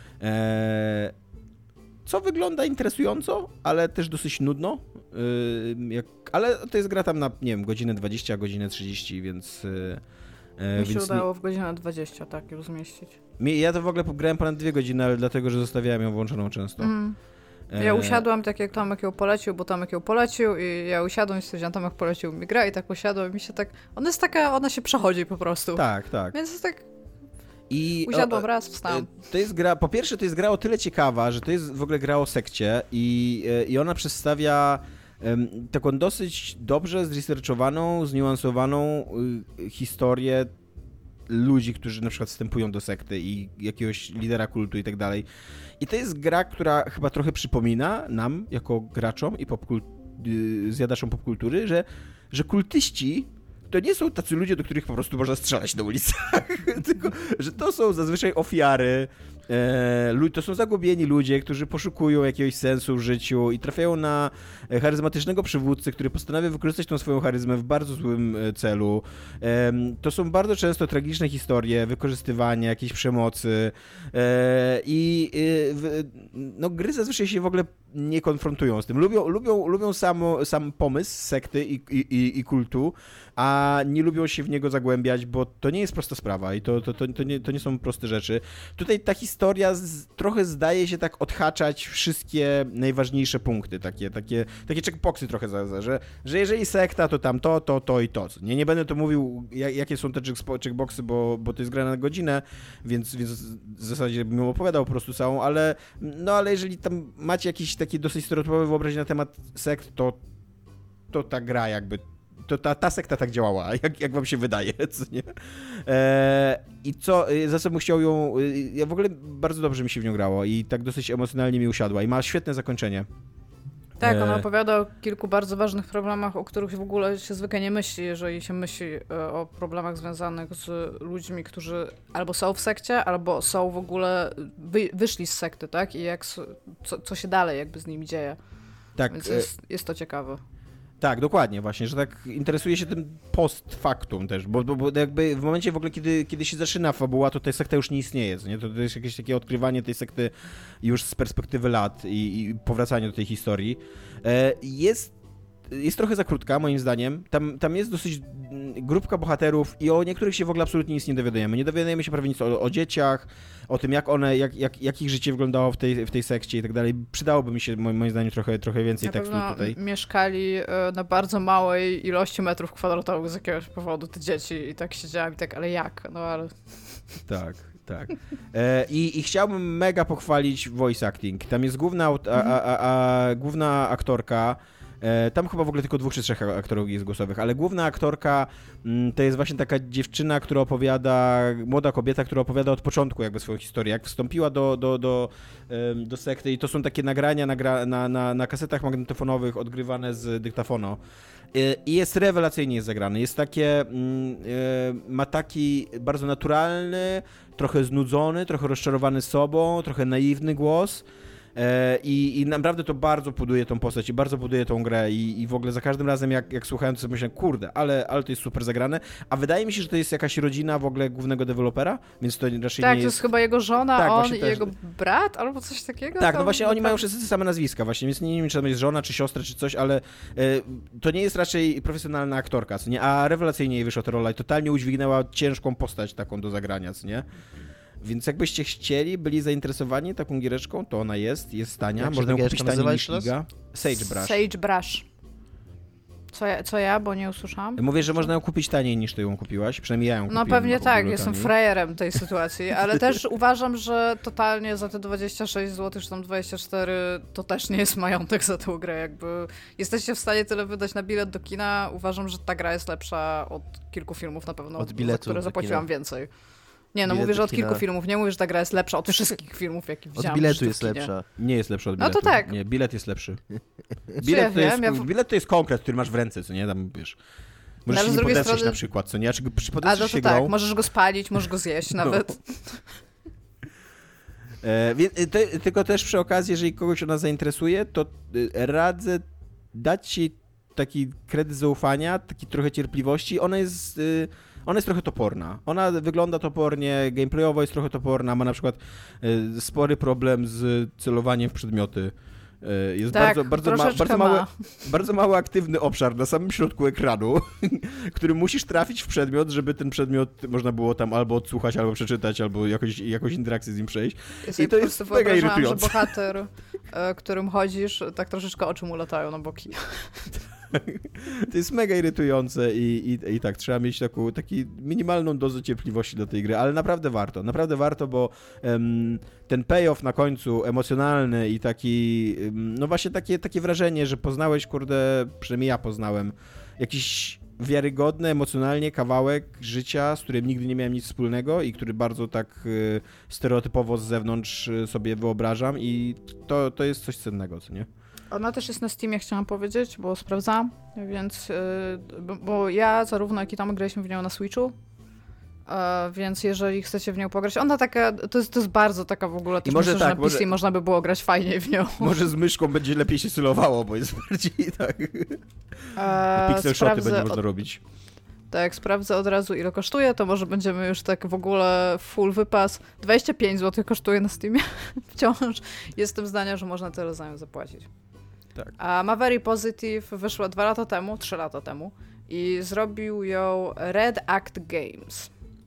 Co wygląda interesująco, ale też dosyć nudno. Jak, ale to jest gra tam na, nie wiem, godzinę dwadzieścia, godzinę trzydzieści, więc... Mi się udało w godzinę dwadzieścia, tak, ją zmieścić. Ja to w ogóle grałem ponad dwie godziny, ale dlatego, że zostawiałem ją włączoną często. Mm. Ja usiadłam tak jak Tomek ją polecił, bo Tomek ją polecił i ja usiadłam i stwierdziłam, Tomek polecił mi grę i tak usiadłam i mi się tak, ona jest taka, ona się przechodzi po prostu. Tak, tak. Więc jest tak, I usiadłam o, raz, wstałam. To jest gra, po pierwsze to jest gra o tyle ciekawa, że to jest w ogóle gra o sekcie i, i ona przedstawia um, taką dosyć dobrze zresearchowaną, zniuansowaną y, historię ludzi, którzy na przykład wstępują do sekty i jakiegoś lidera kultu i tak dalej. I to jest gra, która chyba trochę przypomina nam, jako graczom i popkul- zjadaczom popkultury, że, że kultyści to nie są tacy ludzie, do których po prostu można strzelać na ulicach, tylko że to są zazwyczaj ofiary, e, to są zagubieni ludzie, którzy poszukują jakiegoś sensu w życiu i trafiają na charyzmatycznego przywódcę, który postanawia wykorzystać tą swoją charyzmę w bardzo złym celu. E, to są bardzo często tragiczne historie, wykorzystywania, jakiejś przemocy e, i e, no, gry zazwyczaj się w ogóle nie konfrontują z tym. Lubią, lubią, lubią samo, sam pomysł sekty i, i, i kultu, a nie lubią się w niego zagłębiać, bo to nie jest prosta sprawa i to, to, to, to, nie, to nie są proste rzeczy. Tutaj ta historia z, trochę zdaje się tak odhaczać wszystkie najważniejsze punkty, takie, takie, takie checkboxy trochę, za, za, że, że jeżeli sekta, to tam to, to, to i to. Nie, nie będę to mówił, jak, jakie są te checkboxy, bo, bo to jest gra na godzinę, więc, więc w zasadzie bym opowiadał po prostu całą, ale no ale jeżeli tam macie jakieś takie dosyć stereotypowe wyobrażenie na temat sekt, to, to ta gra jakby, to ta, ta sekta tak działała, jak, jak wam się wydaje, co nie? Eee, I co, za co bym chciał ją, ja w ogóle bardzo dobrze mi się w nią grało i tak dosyć emocjonalnie mi usiadła i ma świetne zakończenie. Tak, ona opowiada o kilku bardzo ważnych problemach, o których w ogóle się zwykle nie myśli, jeżeli się myśli o problemach związanych z ludźmi, którzy albo są w sekcie, albo są w ogóle, wy, wyszli z sekty, tak? I jak, co, co się dalej jakby z nimi dzieje. Tak. Więc jest, jest to ciekawe. Tak, dokładnie właśnie, że tak interesuje się tym post factum też, bo, bo, bo jakby w momencie w ogóle, kiedy, kiedy się zaczyna fabuła, to ta sekta już nie istnieje, nie? To, to jest jakieś takie odkrywanie tej sekty już z perspektywy lat i, i powracanie do tej historii. Jest jest trochę za krótka, moim zdaniem. Tam, tam jest dosyć grupka bohaterów i o niektórych się w ogóle absolutnie nic nie dowiadujemy. Nie dowiadujemy się prawie nic o, o dzieciach, o tym, jak one, jak, jak, jak ich życie wyglądało w tej, w tej sekcie i tak dalej. Przydałoby mi się, moim zdaniem, trochę, trochę więcej Na tekstu tutaj. Mieszkali na bardzo małej ilości metrów kwadratowych z jakiegoś powodu te dzieci i tak siedziałam i tak, ale jak? No ale... Tak. Tak. E, i, I chciałbym mega pochwalić voice acting. Tam jest główna, a, a, a, a, główna aktorka, e, tam chyba w ogóle tylko dwóch czy trzech aktorów jest głosowych, ale główna aktorka m, to jest właśnie taka dziewczyna, która opowiada, młoda kobieta, która opowiada od początku jakby swoją historię, jak wstąpiła do, do, do, um, do sekty i to są takie nagrania nagra, na, na, na kasetach magnetofonowych odgrywane z dyktafonu. I jest rewelacyjnie jest zagrany. Jest takie, ma taki bardzo naturalny, trochę znudzony, trochę rozczarowany sobą, trochę naiwny głos. I, i naprawdę to bardzo buduje tą postać i bardzo buduje tą grę i, i w ogóle za każdym razem jak, jak słuchałem to sobie myślałem, kurde, ale, ale to jest super zagrane, a wydaje mi się, że to jest jakaś rodzina w ogóle głównego dewelopera, więc to raczej tak, nie to jest... jest chyba jego żona, tak, on i też... jego brat albo coś takiego. Tak, no właśnie oni tak... mają wszyscy te same nazwiska właśnie, więc nie wiem, czy to jest żona, czy siostra, czy coś, ale y, to nie jest raczej profesjonalna aktorka, co nie? A rewelacyjnie jej wyszła ta rola i totalnie udźwignęła ciężką postać taką do zagrania, co nie? Więc jakbyście chcieli, byli zainteresowani taką giereczką, to ona jest, jest tania, Jak można ją kupić taniej niż teraz? Giga. Sagebrush. Sagebrush. Co ja, co ja, bo nie usłyszałam? Mówię, że można ją kupić taniej niż ty ją kupiłaś, przynajmniej ja ją No kupiłem. pewnie w tak, ogóle jestem taniej. frajerem tej sytuacji, ale też uważam, że totalnie za te dwadzieścia sześć złotych, czy tam dwadzieścia cztery, to też nie jest majątek za tą grę, jakby jesteście w stanie tyle wydać na bilet do kina, uważam, że ta gra jest lepsza od kilku filmów na pewno, Od biletu za które do zapłaciłam kina. więcej. Nie, no Bilet mówię, że do od kilku kina. filmów, nie mówię, że ta gra jest lepsza od wszystkich filmów, jakie widziałam. Od biletu w jest kinie. lepsza. Nie jest lepszy od No biletu. to tak. Nie, bilet jest lepszy. ja Bilet to jest, wiem, ja w- bilet to jest konkret, który masz w ręce, co nie? Tam, wiesz... Możesz ale się z nie drugiej podeszyć strony- na przykład, co nie? A czy, czy A podeszysz no się to tak, grą? możesz go spalić, możesz go zjeść nawet. E, więc, e, te, tylko też przy okazji, jeżeli kogoś ona zainteresuje, to e, radzę dać ci taki kredyt zaufania, taki trochę cierpliwości. Ona jest, e, ona jest trochę toporna. Ona wygląda topornie, gameplayowo jest trochę toporna, ma na przykład e, spory problem z celowaniem w przedmioty. E, Jest Tak, bardzo, bardzo, ma, troszeczkę bardzo, mały, ma. bardzo mały aktywny obszar na samym środku ekranu, który musisz trafić w przedmiot, żeby ten przedmiot można było tam albo odsłuchać, albo przeczytać, albo jakoś, jakoś interakcję z nim przejść. Ja I sobie to po jest prostu mega wyobrażałam, że irytujące. bohater, e, którym chodzisz, tak troszeczkę oczy mu latają na boki. To jest mega irytujące i, i, i tak, trzeba mieć taką taki minimalną dozę cierpliwości do tej gry, ale naprawdę warto, naprawdę warto, bo um, ten payoff na końcu emocjonalny i taki, um, no właśnie takie, takie wrażenie, że poznałeś, kurde, przynajmniej ja poznałem, jakiś wiarygodny emocjonalnie kawałek życia, z którym nigdy nie miałem nic wspólnego i który bardzo tak y, stereotypowo z zewnątrz y, sobie wyobrażam i to, to jest coś cennego, co nie? Ona też jest na Steamie, chciałam powiedzieć, bo sprawdzam, więc, yy, bo, bo ja zarówno jak i tam graliśmy w nią na Switchu, yy, więc jeżeli chcecie w nią pograć, ona taka, to jest, to jest bardzo taka w ogóle, też może myślę, tak, że na P C może- można by było grać fajniej w nią. Może z myszką będzie lepiej się celowało, bo jest bardziej tak... Eee, Pixel shoty sprawdzę będzie można od- robić. Tak, sprawdzę od razu ile kosztuje, to może będziemy już tak w ogóle full wypas. dwadzieścia pięć złotych kosztuje na Steamie. Wciąż jestem zdania, że można tyle za nią zapłacić. Tak. A Maverick Positive wyszła dwa lata temu, trzy lata temu i zrobił ją Red Act Games.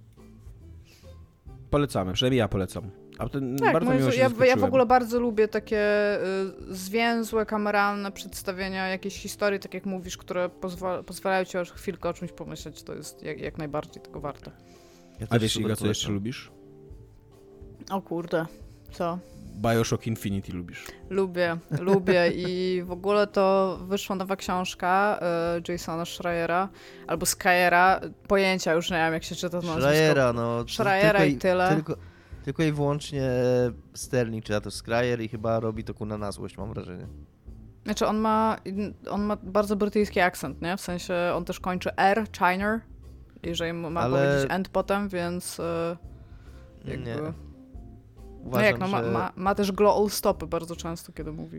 Polecamy, przynajmniej ja polecam. A ten Tak, bardzo moim miło zdaniem- się ja, ja w zaskoczyłem. ogóle bardzo lubię takie y, zwięzłe, kameralne przedstawienia jakiejś historii, tak jak mówisz, które pozwa- pozwalają ci aż chwilkę o czymś pomyśleć. To jest jak, jak najbardziej tego warte. Ja A też wiesz, super Iga, co jeszcze polecam. lubisz? O kurde, co? Bioshock Infinity lubisz. Lubię, lubię i w ogóle to wyszła nowa książka y, Jasona Schreiera albo Skyera, pojęcia już nie wiem jak się czyta to nazwisko. Schreiera, no. to Schreiera tylko i tyle. Tylko, tylko i wyłącznie Sterling czyta to Schreier i chyba robi to kuna na złość, mam wrażenie. Znaczy on ma, on ma bardzo brytyjski akcent, nie? W sensie on też kończy R, Chiner, jeżeli ma Ale- powiedzieć end potem, więc y, jakby... Nie. No Uważam, jak, no ma, że... ma, ma też glow stopy bardzo często, kiedy mówi. Y,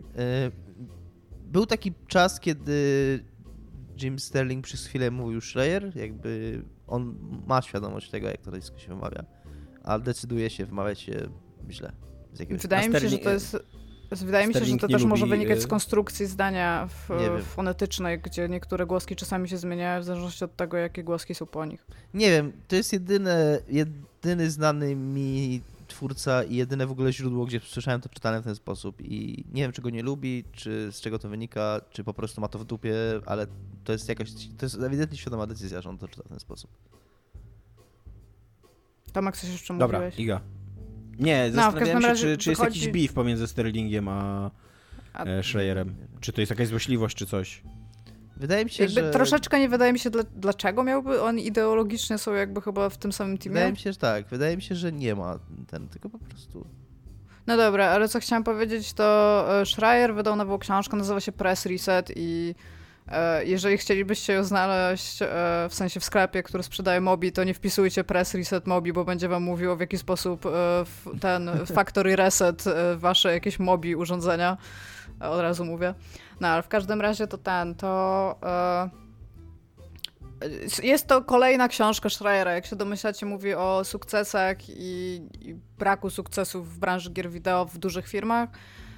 Był taki czas, kiedy Jim Sterling przez chwilę mówił Schreier, jakby on ma świadomość tego, jak to nazwisko się wymawia, ale decyduje się wymawiać się źle. Z jakiegoś Wydaje mi się, że Sterling- to jest... Wydaje mi się, że to też lubi... może wynikać z konstrukcji zdania w, Nie fonetycznej, gdzie niektóre głoski czasami się zmieniają w zależności od tego, jakie głoski są po nich. Nie wiem, to jest jedyne, jedyny znany mi twórca i jedyne w ogóle źródło, gdzie słyszałem to czytane w ten sposób i nie wiem, czy go nie lubi, czy z czego to wynika, czy po prostu ma to w dupie, ale to jest jakaś, to jest ewidentnie świadoma decyzja, że on to czyta w ten sposób. Tomek, coś jeszcze Dobra, mówiłeś? Iga. Nie, No, zastanawiałem się, czy, czy jest wychodzi... jakiś beef pomiędzy Sterlingiem a, a... E, Schreierem. Czy to jest jakaś złośliwość, czy coś? Wydaje mi się, jakby że... Troszeczkę nie wydaje mi się, dla, dlaczego miałby oni ideologicznie są jakby chyba w tym samym teamie. Wydaje mi się, że tak. Wydaje mi się, że nie ma ten, tylko po prostu... No dobra, ale co chciałam powiedzieć, to Schreier wydał nową książkę, nazywa się Press Reset i e, jeżeli chcielibyście ją znaleźć e, w sensie w sklepie, który sprzedaje Mobi, to nie wpisujcie Press Reset Mobi, bo będzie wam mówiło, w jaki sposób e, w ten factory reset e, wasze jakieś Mobi urządzenia. Od razu mówię. No ale w każdym razie to ten, to... E, jest to kolejna książka Schreiera. Jak się domyślacie, mówi o sukcesach i, i braku sukcesów w branży gier wideo w dużych firmach.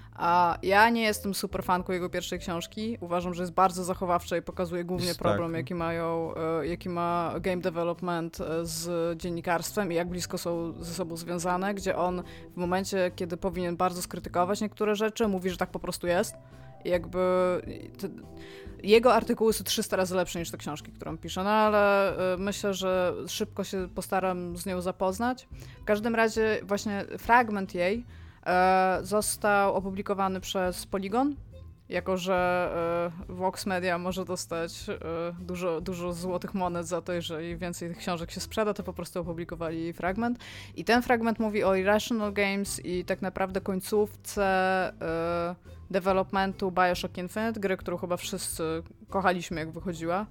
A ja nie jestem super fanką jego pierwszej książki. Uważam, że jest bardzo zachowawcza i pokazuje głównie jest problem, tak. jaki mają, jaki ma game development z dziennikarstwem i jak blisko są ze sobą związane, gdzie on w momencie, kiedy powinien bardzo skrytykować niektóre rzeczy, mówi, że tak po prostu jest. I jakby... To, jego artykuły są trzysta razy lepsze niż te książki, którą pisze, no ale y, myślę, że szybko się postaram z nią zapoznać. W każdym razie właśnie fragment jej y, został opublikowany przez Polygon, jako że y, Vox Media może dostać y, dużo, dużo złotych monet za to, jeżeli więcej tych książek się sprzeda, to po prostu opublikowali fragment. I ten fragment mówi o Irrational Games i tak naprawdę końcówce y, developmentu Bioshock Infinite, gry, którą chyba wszyscy kochaliśmy, jak wychodziła,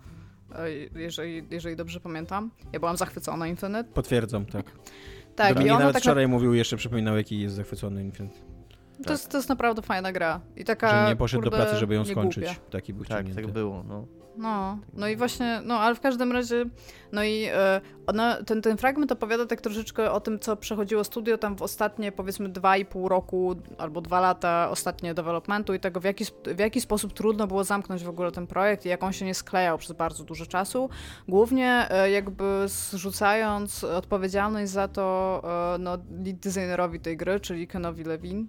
jeżeli, jeżeli dobrze pamiętam. Ja byłam zachwycona Infinite. Potwierdzam, tak. Tak, Do i mnie ona nawet taka... wczoraj mówił, jeszcze przypominał, jaki jest zachwycony Infinite. To, Tak. jest, to jest naprawdę fajna gra. I taka, że nie poszedł kurde, do pracy, żeby ją nie skończyć. głupia. Taki był Tak, ciągnięty. tak było, no. No, no i właśnie, no ale w każdym razie, no i e, ona, ten, ten fragment opowiada tak troszeczkę o tym, co przechodziło studio tam w ostatnie, powiedzmy, dwa i pół roku albo dwa lata ostatnie developmentu i tego, w jaki, w jaki sposób trudno było zamknąć w ogóle ten projekt i jak on się nie sklejał przez bardzo dużo czasu. Głównie e, jakby zrzucając odpowiedzialność za to e, no, lead designerowi tej gry, czyli Kenowi Levin,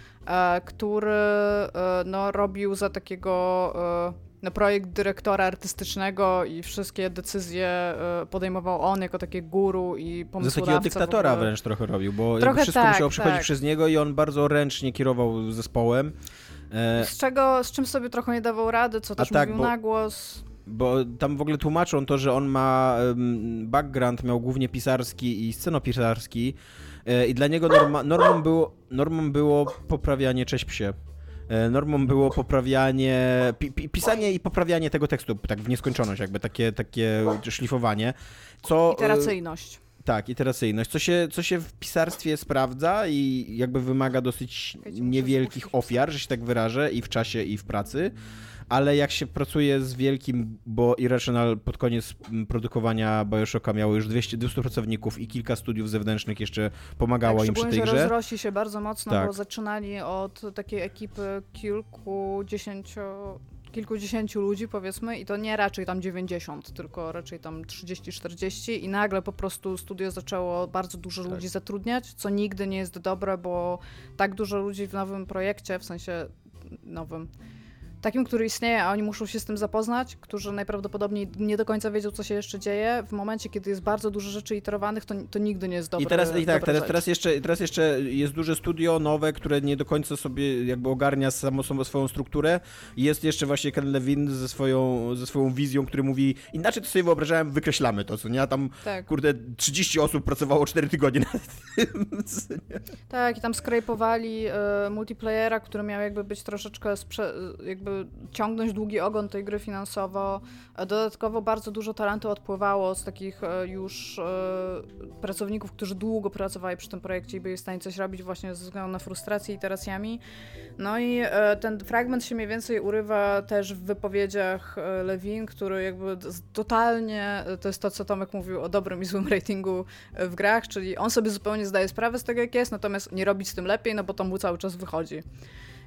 e, który e, no, robił za takiego... E, No, projekt dyrektora artystycznego i wszystkie decyzje podejmował on jako takie guru i pomysłodawca. Za takiego dyktatora wręcz trochę robił, bo trochę wszystko tak, musiało przechodzić tak. przez niego i on bardzo ręcznie kierował zespołem. E... Z czego, z czym sobie trochę nie dawał rady, co też tak, mówił bo... na głos. Bo tam w ogóle tłumaczą to, że on ma um, background, miał głównie pisarski i scenopisarski e, i dla niego norma, normą, było, normą było poprawianie cześć psie. Normą było poprawianie, pi, pi, pisanie i poprawianie tego tekstu, tak w nieskończoność, jakby takie, takie szlifowanie. Co, iteracyjność. Tak, iteracyjność, co się, co się w pisarstwie sprawdza i jakby wymaga dosyć niewielkich ofiar, że się tak wyrażę, i w czasie, i w pracy. Ale jak się pracuje z wielkim, bo Irrational pod koniec produkowania Bioshocka miało już dwieście, dwieście pracowników i kilka studiów zewnętrznych jeszcze pomagało tak, im przy tej że grze. rozrośli się bardzo mocno, tak. bo zaczynali od takiej ekipy kilkudziesięciu, kilkudziesięciu ludzi, powiedzmy, i to nie raczej tam dziewięćdziesiąt, tylko raczej tam trzydzieści czterdzieści i nagle po prostu studio zaczęło bardzo dużo tak. ludzi zatrudniać, co nigdy nie jest dobre, bo tak dużo ludzi w nowym projekcie, w sensie nowym, takim, który istnieje, a oni muszą się z tym zapoznać, którzy najprawdopodobniej nie do końca wiedzą, co się jeszcze dzieje. W momencie, kiedy jest bardzo dużo rzeczy iterowanych, to, to nigdy nie jest dobre. I teraz, i tak, teraz, rzecz. teraz, jeszcze, teraz jeszcze jest duże studio nowe, które nie do końca sobie jakby ogarnia samą swoją strukturę. I jest jeszcze właśnie Ken Levin ze swoją, ze swoją wizją, który mówi, inaczej to sobie wyobrażałem, wykreślamy to, co nie? A tam, tak. kurde, trzydzieści osób pracowało cztery tygodnie na tym. Tak, i tam skrajpowali y, multiplayera, który miał jakby być troszeczkę sprze- jakby ciągnąć długi ogon tej gry finansowo. Dodatkowo bardzo dużo talentu odpływało z takich już pracowników, którzy długo pracowali przy tym projekcie i byli w stanie coś robić właśnie ze względu na frustrację iteracjami. No i ten fragment się mniej więcej urywa też w wypowiedziach Levin, który jakby totalnie, to jest to, co Tomek mówił o dobrym i złym ratingu w grach, czyli on sobie zupełnie zdaje sprawę z tego, jak jest, natomiast nie robić z tym lepiej, no bo to mu cały czas wychodzi.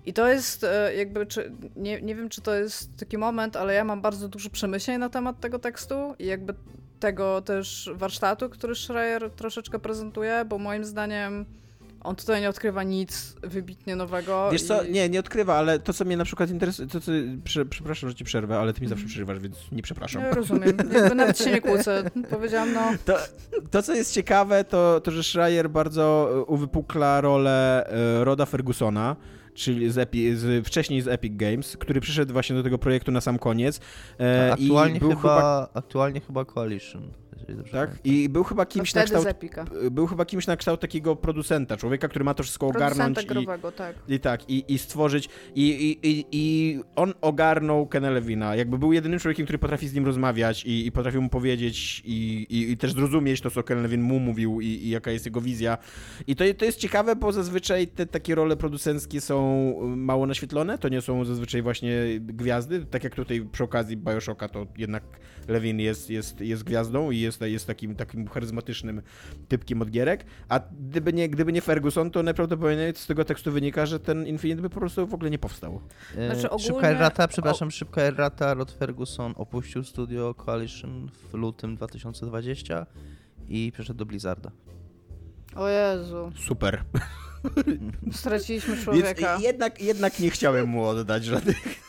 I to jest e, jakby, czy, nie, nie wiem, czy to jest taki moment, ale ja mam bardzo dużo przemyśleń na temat tego tekstu i jakby tego też warsztatu, który Schreier troszeczkę prezentuje, bo moim zdaniem on tutaj nie odkrywa nic wybitnie nowego. Wiesz co, i... nie, nie odkrywa, ale to, co mnie na przykład interesuje, to co, prze, przepraszam, że ci przerwę, ale ty mi zawsze przerywasz, więc nie przepraszam. Ja rozumiem, jakby nawet się nie kłócę. Powiedziałam, no... To, to co jest ciekawe, to, to że Schreier bardzo uwypukla rolę Roda Fergusona, czyli z Epi, z, wcześniej z Epic Games, który przyszedł właśnie do tego projektu na sam koniec. E, aktualnie, i był chyba, chyba, aktualnie chyba Coalition. Tak? I był chyba kimś na kształt, był chyba kimś na kształt takiego producenta, człowieka, który ma to wszystko ogarnąć producenta growego, tak. I tak, i, i stworzyć i, i, i, i on ogarnął Kena Levina, jakby był jedynym człowiekiem, który potrafi z nim rozmawiać i, i potrafił mu powiedzieć i, i, i też zrozumieć to, co Ken Levin mu mówił i, i jaka jest jego wizja. I to, to jest ciekawe, bo zazwyczaj te takie role producenckie są mało naświetlone, to nie są zazwyczaj właśnie gwiazdy, tak jak tutaj przy okazji Bioshocka, to jednak Levin jest, jest, jest gwiazdą i jest, jest takim, takim charyzmatycznym typkiem od gierek, a gdyby nie, gdyby nie Ferguson, to najprawdopodobniej z tego tekstu wynika, że ten Infinite by po prostu w ogóle nie powstał. Znaczy, ogólnie... Szybka errata, przepraszam, o... szybka errata, Rod Ferguson opuścił studio Coalition w lutym dwa tysiące dwudziestym i przeszedł do Blizzarda. O Jezu. Super. Straciliśmy człowieka. Więc jednak, jednak nie chciałem mu oddać żadnych...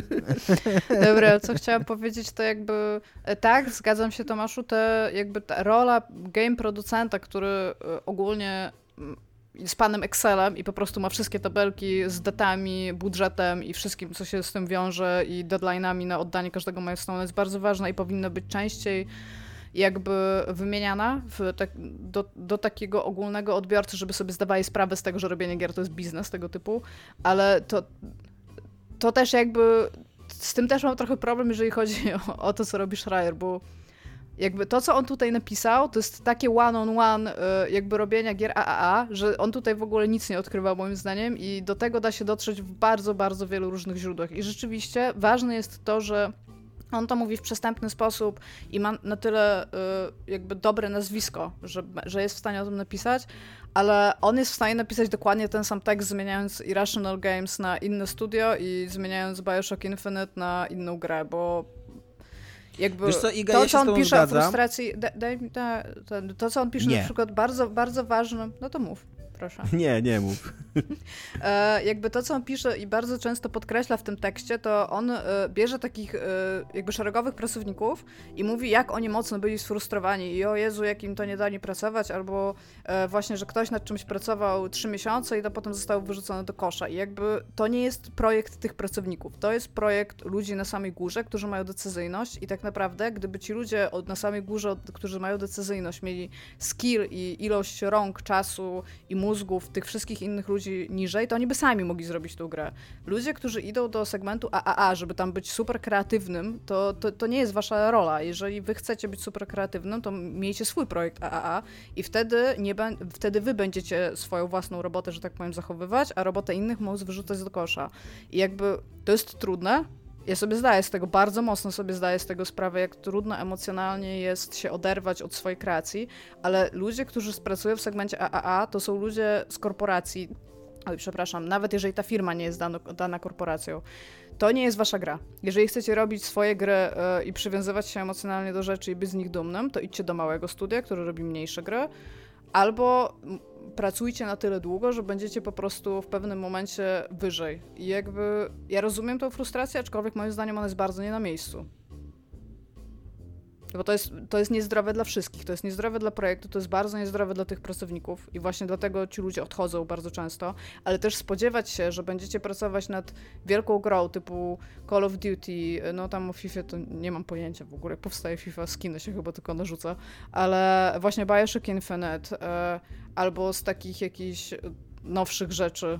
Dobra, co chciałam powiedzieć, to jakby tak, zgadzam się Tomaszu, to jakby ta rola game producenta, który ogólnie z panem Excelem i po prostu ma wszystkie tabelki z datami, budżetem i wszystkim, co się z tym wiąże i deadline'ami na oddanie każdego milestone'u jest bardzo ważna i powinna być częściej jakby wymieniana w tak, do, do takiego ogólnego odbiorcy, żeby sobie zdawali sprawę z tego, że robienie gier to jest biznes tego typu, ale to, to też jakby, z tym też mam trochę problem, jeżeli chodzi o, o to, co robi Schreier, bo jakby to, co on tutaj napisał, to jest takie one-on-one jakby robienia gier A A A, że on tutaj w ogóle nic nie odkrywa moim zdaniem i do tego da się dotrzeć w bardzo, bardzo wielu różnych źródłach. I rzeczywiście ważne jest to, że on to mówi w przystępny sposób i ma na tyle y, jakby dobre nazwisko, że, że jest w stanie o tym napisać, ale on jest w stanie napisać dokładnie ten sam tekst, zmieniając Irrational Games na inne studio i zmieniając Bioshock Infinite na inną grę, bo jakby Wiesz co, Iga, to, ja co się on pisze zgadzam. o frustracji, da, daj mi ta, ta, to, co on pisze Nie. na przykład bardzo, bardzo ważnym, no to mów. Proszę. Nie, nie mów. E, jakby to, co on pisze i bardzo często podkreśla w tym tekście, to on e, bierze takich e, jakby szeregowych pracowników i mówi, jak oni mocno byli sfrustrowani i o Jezu, jak im to nie dali pracować, albo e, właśnie, że ktoś nad czymś pracował trzy miesiące i to potem zostało wyrzucone do kosza. I jakby to nie jest projekt tych pracowników, to jest projekt ludzi na samej górze, którzy mają decyzyjność i tak naprawdę, gdyby ci ludzie od, na samej górze, którzy mają decyzyjność, mieli skill i ilość rąk, czasu i mózgów tych wszystkich innych ludzi niżej, to oni by sami mogli zrobić tą grę. Ludzie, którzy idą do segmentu A A A, żeby tam być super kreatywnym, to, to, to nie jest wasza rola. Jeżeli wy chcecie być super kreatywnym, to miejcie swój projekt A A A i wtedy, nie be- wtedy wy będziecie swoją własną robotę, że tak powiem, zachowywać, a robotę innych móc wyrzucać do kosza. I jakby to jest trudne. Ja sobie zdaję z tego, bardzo mocno sobie zdaję z tego sprawę, jak trudno emocjonalnie jest się oderwać od swojej kreacji, ale ludzie, którzy pracują w segmencie A A A, to są ludzie z korporacji, oj, przepraszam, nawet jeżeli ta firma nie jest dano, dana korporacją, to nie jest wasza gra. Jeżeli chcecie robić swoje gry yy, i przywiązywać się emocjonalnie do rzeczy i być z nich dumnym, to idźcie do małego studia, które robi mniejsze gry, albo pracujcie na tyle długo, że będziecie po prostu w pewnym momencie wyżej. I jakby ja rozumiem tą frustrację, aczkolwiek moim zdaniem ona jest bardzo nie na miejscu. Bo to jest, to jest niezdrowe dla wszystkich, to jest niezdrowe dla projektu, to jest bardzo niezdrowe dla tych pracowników i właśnie dlatego ci ludzie odchodzą bardzo często, ale też spodziewać się, że będziecie pracować nad wielką grą typu Call of Duty, no tam o FIFA to nie mam pojęcia w ogóle, jak powstaje FIFA, skiny się chyba tylko narzuca, ale właśnie Bioshock Infinite e, albo z takich jakichś nowszych rzeczy,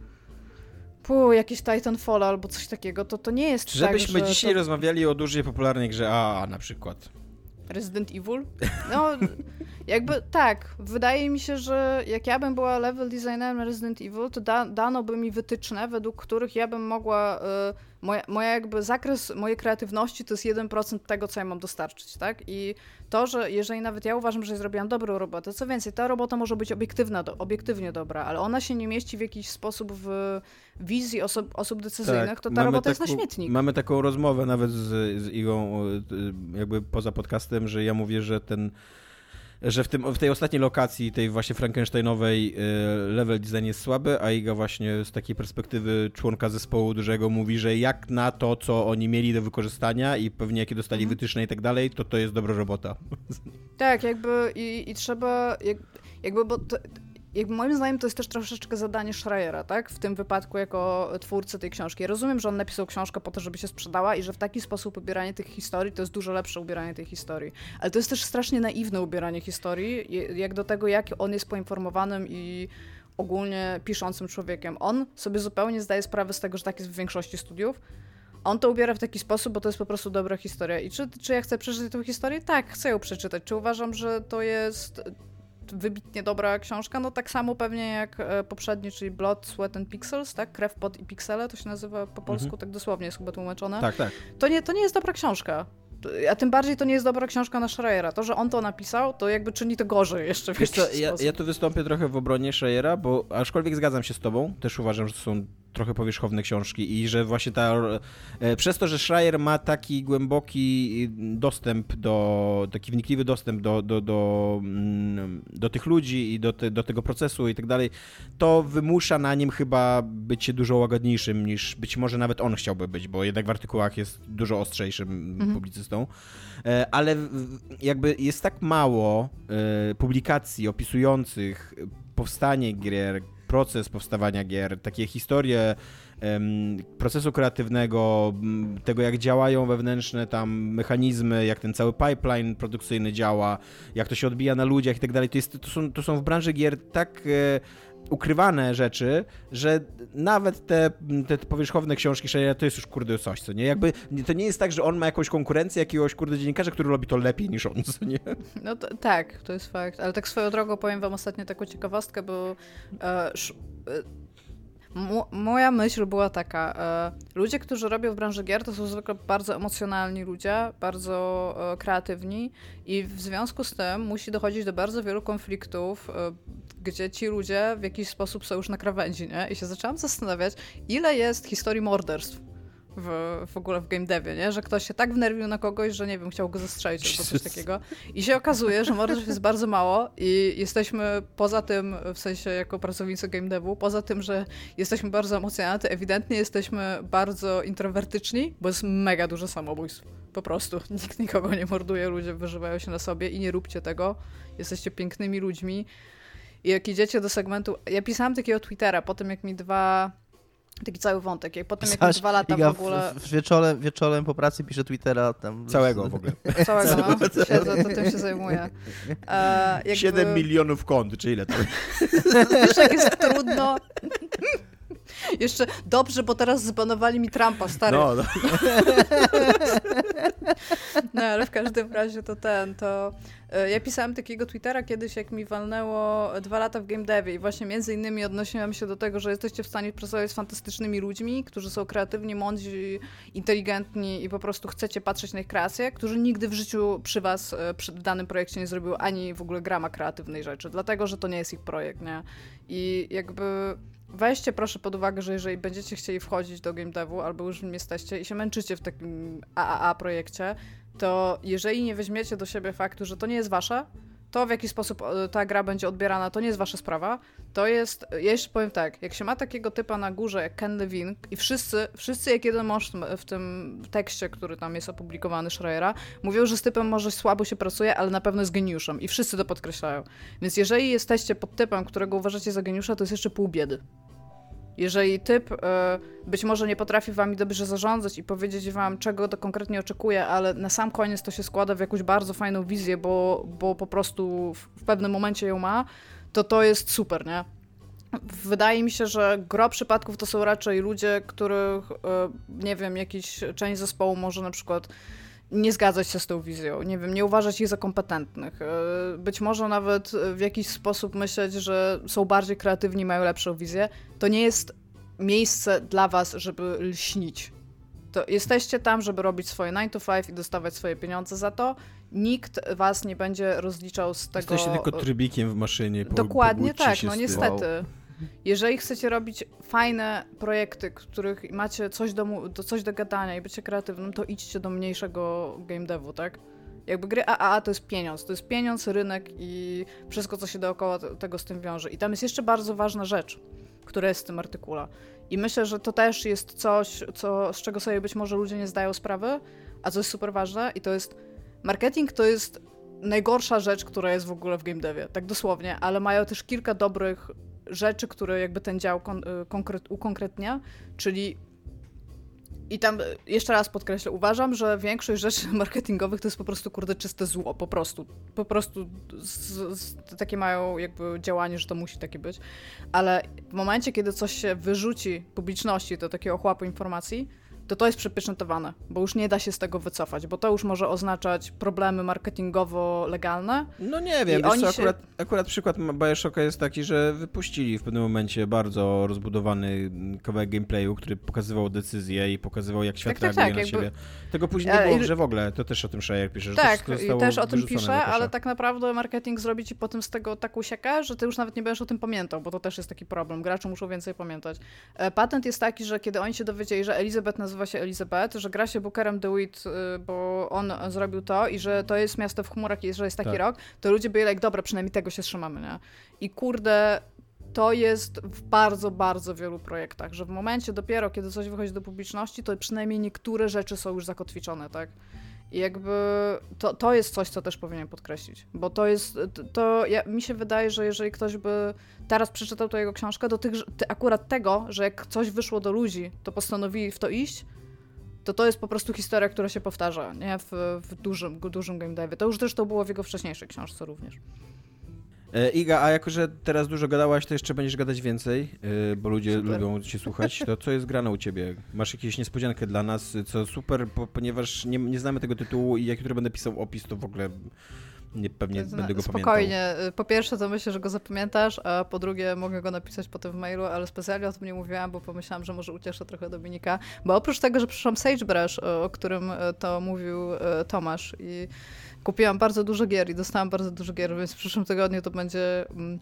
Puh, jakiś Titanfall albo coś takiego, to, to nie jest Żebyśmy tak, że dzisiaj to... rozmawiali o dużej popularnej grze A A A na przykład. Resident Evil? No, Jakby tak, wydaje mi się, że jak ja bym była level designerem Resident Evil, to da, dano by mi wytyczne, według których ja bym mogła, y, moja, moja jakby zakres mojej kreatywności to jest jeden procent tego, co ja mam dostarczyć, tak? I to, że jeżeli nawet ja uważam, że zrobiłam dobrą robotę, co więcej, ta robota może być obiektywna, do, obiektywnie dobra, ale ona się nie mieści w jakiś sposób w wizji osób, osób decyzyjnych, tak, to ta robota taką, jest na śmietnik. Mamy taką rozmowę nawet z, z Igą, jakby poza podcastem, że ja mówię, że ten że w, tym, w tej ostatniej lokacji, tej właśnie frankensteinowej level design jest słaby, a Iga właśnie z takiej perspektywy członka zespołu dużego mówi, że jak na to, co oni mieli do wykorzystania i pewnie jakie dostali mhm. wytyczne i tak dalej, to to jest dobra robota. Tak, jakby i, i trzeba, jak, jakby, bo to, jakby moim zdaniem to jest też troszeczkę zadanie Schreiera, tak? W tym wypadku jako twórcy tej książki. Ja rozumiem, że on napisał książkę po to, żeby się sprzedała i że w taki sposób ubieranie tych historii to jest dużo lepsze ubieranie tej historii. Ale to jest też strasznie naiwne ubieranie historii, jak do tego, jak on jest poinformowanym i ogólnie piszącym człowiekiem. On sobie zupełnie zdaje sprawę z tego, że tak jest w większości studiów. On to ubiera w taki sposób, bo to jest po prostu dobra historia. I czy, czy ja chcę przeczytać tę historię? Tak, chcę ją przeczytać. Czy uważam, że to jest wybitnie dobra książka? No tak samo pewnie jak poprzedni, czyli Blood, Sweat and Pixels, tak? Krew, pot i piksele, to się nazywa po polsku, mhm. tak dosłownie jest chyba tłumaczone. Tak, tak. To nie, to nie jest dobra książka. A tym bardziej to nie jest dobra książka na Schreiera. To, że on to napisał, to jakby czyni to gorzej jeszcze w jakiś co, ja, sposób. Ja tu wystąpię trochę w obronie Schreiera, bo aczkolwiek zgadzam się z tobą, też uważam, że to są trochę powierzchowne książki i że właśnie ta, e, przez to, że Schreier ma taki głęboki dostęp do, taki wnikliwy dostęp do, do, do, do tych ludzi i do, te, do tego procesu i tak dalej, to wymusza na nim chyba bycie dużo łagodniejszym niż być może nawet on chciałby być, bo jednak w artykułach jest dużo ostrzejszym mhm. publicystą, e, ale jakby jest tak mało e, publikacji opisujących powstanie gier, proces powstawania gier, takie historie um, procesu kreatywnego, tego jak działają wewnętrzne tam mechanizmy, jak ten cały pipeline produkcyjny działa, jak to się odbija na ludziach i tak dalej. To, jest, to, są, to są w branży gier tak e, ukrywane rzeczy, że nawet te, te powierzchowne książki Schreiera to jest już kurde coś, co nie? Jakby to nie jest tak, że on ma jakąś konkurencję jakiegoś kurde dziennikarza, który robi to lepiej niż on, co nie? No to, tak, to jest fakt. Ale tak swoją drogą powiem wam ostatnio taką ciekawostkę, bo e, sz, e, m- moja myśl była taka, e, ludzie, którzy robią w branży gier, to są zwykle bardzo emocjonalni ludzie, bardzo e, kreatywni i w związku z tym musi dochodzić do bardzo wielu konfliktów, e, gdzie ci ludzie w jakiś sposób są już na krawędzi, nie? I się zaczęłam zastanawiać, ile jest historii morderstw w, w ogóle w game devie, nie? Że ktoś się tak wnerwił na kogoś, że nie wiem, chciał go zastrzelić albo coś takiego. I się okazuje, że morderstw jest bardzo mało i jesteśmy poza tym, w sensie jako pracownicy game devu, poza tym, że jesteśmy bardzo emocjonalni, to ewidentnie jesteśmy bardzo introwertyczni, bo jest mega dużo samobójstw. Po prostu. Nikt nikogo nie morduje, ludzie wyżywają się na sobie i nie róbcie tego. Jesteście pięknymi ludźmi. I jak idziecie do segmentu... Ja pisałam takiego Twittera po tym, jak mi dwa... Taki cały wątek. Jak potem jak mi dwa lata Iga w ogóle... W, w wieczorem, wieczorem po pracy pisze Twittera tam... Całego w ogóle. Całego, no. Siedzę, to tym się zajmuję. E, jakby... siedem milionów kont, czy ile to? Wiesz, jak jest trudno... Jeszcze dobrze, bo teraz zbanowali mi Trumpa, stary. No, no. No, ale w każdym razie to ten, to... Ja pisałam takiego Twittera kiedyś, jak mi walnęło dwa lata w game devie i właśnie między innymi odnosiłam się do tego, że jesteście w stanie pracować z fantastycznymi ludźmi, którzy są kreatywni, mądrzy, inteligentni i po prostu chcecie patrzeć na ich kreacje, którzy nigdy w życiu przy was, przy danym projekcie nie zrobił ani w ogóle grama kreatywnej rzeczy, dlatego, że to nie jest ich projekt, nie? I jakby... Weźcie proszę pod uwagę, że jeżeli będziecie chcieli wchodzić do game devu albo już w nim jesteście i się męczycie w takim A A A projekcie, to jeżeli nie weźmiecie do siebie faktu, że to nie jest wasze, to w jaki sposób ta gra będzie odbierana, to nie jest wasza sprawa. To jest, ja jeszcze powiem tak, jak się ma takiego typa na górze jak Ken Levine i wszyscy, wszyscy jak jeden mąż w tym tekście, który tam jest opublikowany Schreiera, mówią, że z typem może słabo się pracuje, ale na pewno jest geniuszem i wszyscy to podkreślają. Więc jeżeli jesteście pod typem, którego uważacie za geniusza, to jest jeszcze pół biedy. Jeżeli typ y, być może nie potrafi wami dobrze zarządzać i powiedzieć wam, czego to konkretnie oczekuje, ale na sam koniec to się składa w jakąś bardzo fajną wizję, bo, bo po prostu w, w pewnym momencie ją ma, to to jest super, nie? Wydaje mi się, że gro przypadków to są raczej ludzie, których, y, nie wiem, jakiś część zespołu może na przykład nie zgadzać się z tą wizją, nie wiem, nie uważać ich za kompetentnych. Być może nawet w jakiś sposób myśleć, że są bardziej kreatywni, mają lepszą wizję. To nie jest miejsce dla was, żeby lśnić. To jesteście tam, żeby robić swoje nine to five i dostawać swoje pieniądze za to. Nikt was nie będzie rozliczał z tego... Jesteście tylko trybikiem w maszynie. Po, Dokładnie tak, no niestety. Wow. Jeżeli chcecie robić fajne projekty, których macie coś do, mu- do, coś do gadania i bycie kreatywnym, to idźcie do mniejszego game devu, tak? Jakby gry A A A to jest pieniądz. To jest pieniądz, rynek i wszystko, co się dookoła tego z tym wiąże. I tam jest jeszcze bardzo ważna rzecz, która jest w tym artykule. I myślę, że to też jest coś, co, z czego sobie być może ludzie nie zdają sprawy, a co jest super ważne, i to jest marketing to jest najgorsza rzecz, która jest w ogóle w game devie, tak dosłownie, ale mają też kilka dobrych rzeczy, które jakby ten dział kon- konkret- ukonkretnia, czyli i tam jeszcze raz podkreślę, uważam, że większość rzeczy marketingowych to jest po prostu kurde czyste zło, po prostu. Po prostu z, z, takie mają jakby działanie, że to musi takie być. Ale w momencie, kiedy coś się wyrzuci publiczności do takiego ochłapu informacji, to to jest przepieczętowane, bo już nie da się z tego wycofać, bo to już może oznaczać problemy marketingowo-legalne. No nie wiem, wiesz co, akurat, się... akurat przykład Bioshocka jest taki, że wypuścili w pewnym momencie bardzo rozbudowany kawałek gameplayu, który pokazywał decyzje i pokazywał, jak świat tak, tak, reaguje tak, na jakby... siebie. Tego później nie było, że w ogóle, to też o tym Schreier pisze, że tak, to i też o tym pisze, ale tak naprawdę marketing zrobi ci potem z tego taką siekę, że ty już nawet nie będziesz o tym pamiętał, bo to też jest taki problem. Gracze muszą więcej pamiętać. Patent jest taki, że kiedy oni się dowiedzieli, że Elizabeth nazywa się Elizabeth, że gra się Bookerem DeWitt, bo on zrobił to i że to jest miasto w chmurach i że jest taki tak. rok, to ludzie byli like, dobra, przynajmniej tego się trzymamy, nie? I kurde, to jest w bardzo, bardzo wielu projektach, że w momencie dopiero, kiedy coś wychodzi do publiczności, to przynajmniej niektóre rzeczy są już zakotwiczone, tak? I jakby to, to jest coś, co też powinien podkreślić, bo to jest, to ja, mi się wydaje, że jeżeli ktoś by teraz przeczytał to jego książkę, do tych, akurat tego, że jak coś wyszło do ludzi, to postanowili w to iść, to to jest po prostu historia, która się powtarza, nie? W, w dużym, dużym game devie. To już zresztą było w jego wcześniejszej książce również. E, Iga, a jako, że teraz dużo gadałaś, to jeszcze będziesz gadać więcej, e, bo ludzie super. lubią cię słuchać. To co jest grane u ciebie? Masz jakąś niespodziankę dla nas, co super, po, ponieważ nie, nie znamy tego tytułu i jak jutro będę pisał opis, to w ogóle nie, pewnie to będę go spokojnie. pamiętał. Spokojnie. Po pierwsze to myślę, że go zapamiętasz, a po drugie mogę go napisać potem w mailu, ale specjalnie o tym nie mówiłam, bo pomyślałam, że może ucieszę trochę Dominika. Bo oprócz tego, że przyszłam Sagebrush, o którym to mówił Tomasz i kupiłam bardzo dużo gier i dostałam bardzo dużo gier, więc w przyszłym tygodniu to będzie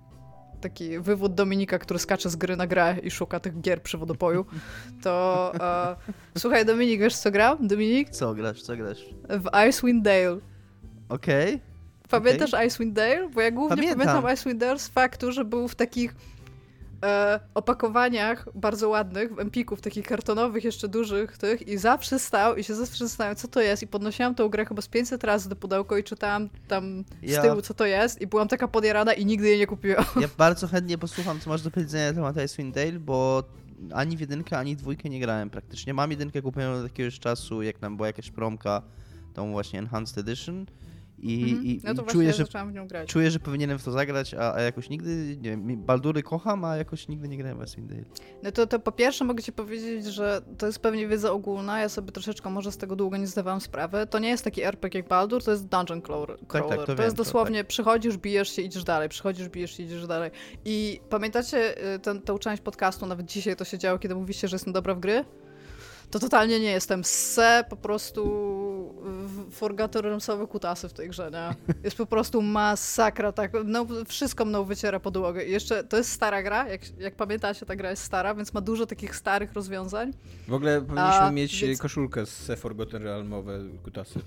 taki wywód Dominika, który skacze z gry na grę i szuka tych gier przy wodopoju. To e, słuchaj Dominik, wiesz co gram? Dominik? Co grasz, co grasz? W Icewind Dale. Okej. Okay. Pamiętasz okay. Icewind Dale? Bo ja głównie Pamiętam. pamiętam Icewind Dale z faktu, że był w takich e, opakowaniach bardzo ładnych, w Empiku, w takich kartonowych, jeszcze dużych tych i zawsze stał i się zawsze zastanawiam, co to jest i podnosiłam tą grę chyba z pięćset razy do pudełka i czytałam tam z ja... tyłu, co to jest i byłam taka podjarana i nigdy jej nie kupiłam. Ja bardzo chętnie posłucham, co masz do powiedzenia na temat Icewind Dale, bo ani w jedynkę, ani w dwójkę nie grałem praktycznie. Mam jedynkę kupioną od jakiegoś czasu, jak nam była jakaś promka, tą właśnie Enhanced Edition. I, mm-hmm. i, no to i czuję, że, w nią grać. czuję, że powinienem w to zagrać, a, a jakoś nigdy, nie wiem, Baldury kocham, a jakoś nigdy nie grałem w Icewind Dale. No to, to po pierwsze mogę ci powiedzieć, że to jest pewnie wiedza ogólna, ja sobie troszeczkę może z tego długo nie zdawałam sprawy. To nie jest taki R P G jak Baldur, to jest Dungeon Crawler. Tak, tak, to, to wiem, jest dosłownie, to, tak. przychodzisz, bijesz się, idziesz dalej, przychodzisz, bijesz się, idziesz dalej. I pamiętacie ten, tę część podcastu, nawet dzisiaj to się działo, kiedy mówiliście, że jestem dobra w gry? To totalnie nie jestem. Se po prostu Forgotten Realmsowe kutasy w tej grze, nie? Jest po prostu masakra, tak, no, wszystko mną wyciera podłogę. I jeszcze, to jest stara gra, jak, jak pamiętacie, ta gra jest stara, więc ma dużo takich starych rozwiązań. W ogóle powinniśmy A, mieć więc... koszulkę z Se Forgotten Realmowe kutasy.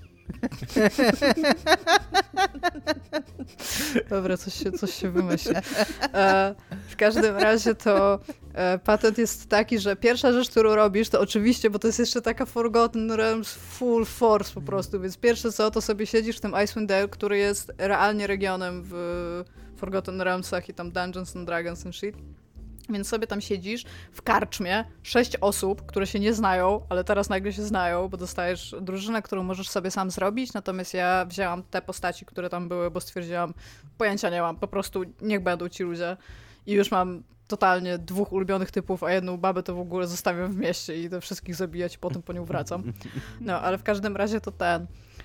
Dobra, coś się, coś się wymyśli. E, w każdym razie to e, patent jest taki, że pierwsza rzecz, którą robisz, to oczywiście, bo to jest jeszcze taka Forgotten Realms full force po prostu, więc pierwsze co, to sobie siedzisz w tym Icewind Dale, który jest realnie regionem w Forgotten Realmsach i tam Dungeons and Dragons and shit. Więc sobie tam siedzisz w karczmie, sześć osób, które się nie znają, ale teraz nagle się znają, bo dostajesz drużynę, którą możesz sobie sam zrobić, natomiast ja wzięłam te postaci, które tam były, bo stwierdziłam, pojęcia nie mam, po prostu niech będą ci ludzie. I już mam totalnie dwóch ulubionych typów, a jedną babę to w ogóle zostawiam w mieście i do wszystkich zabijać i potem po nią wracam. No, ale w każdym razie to ten...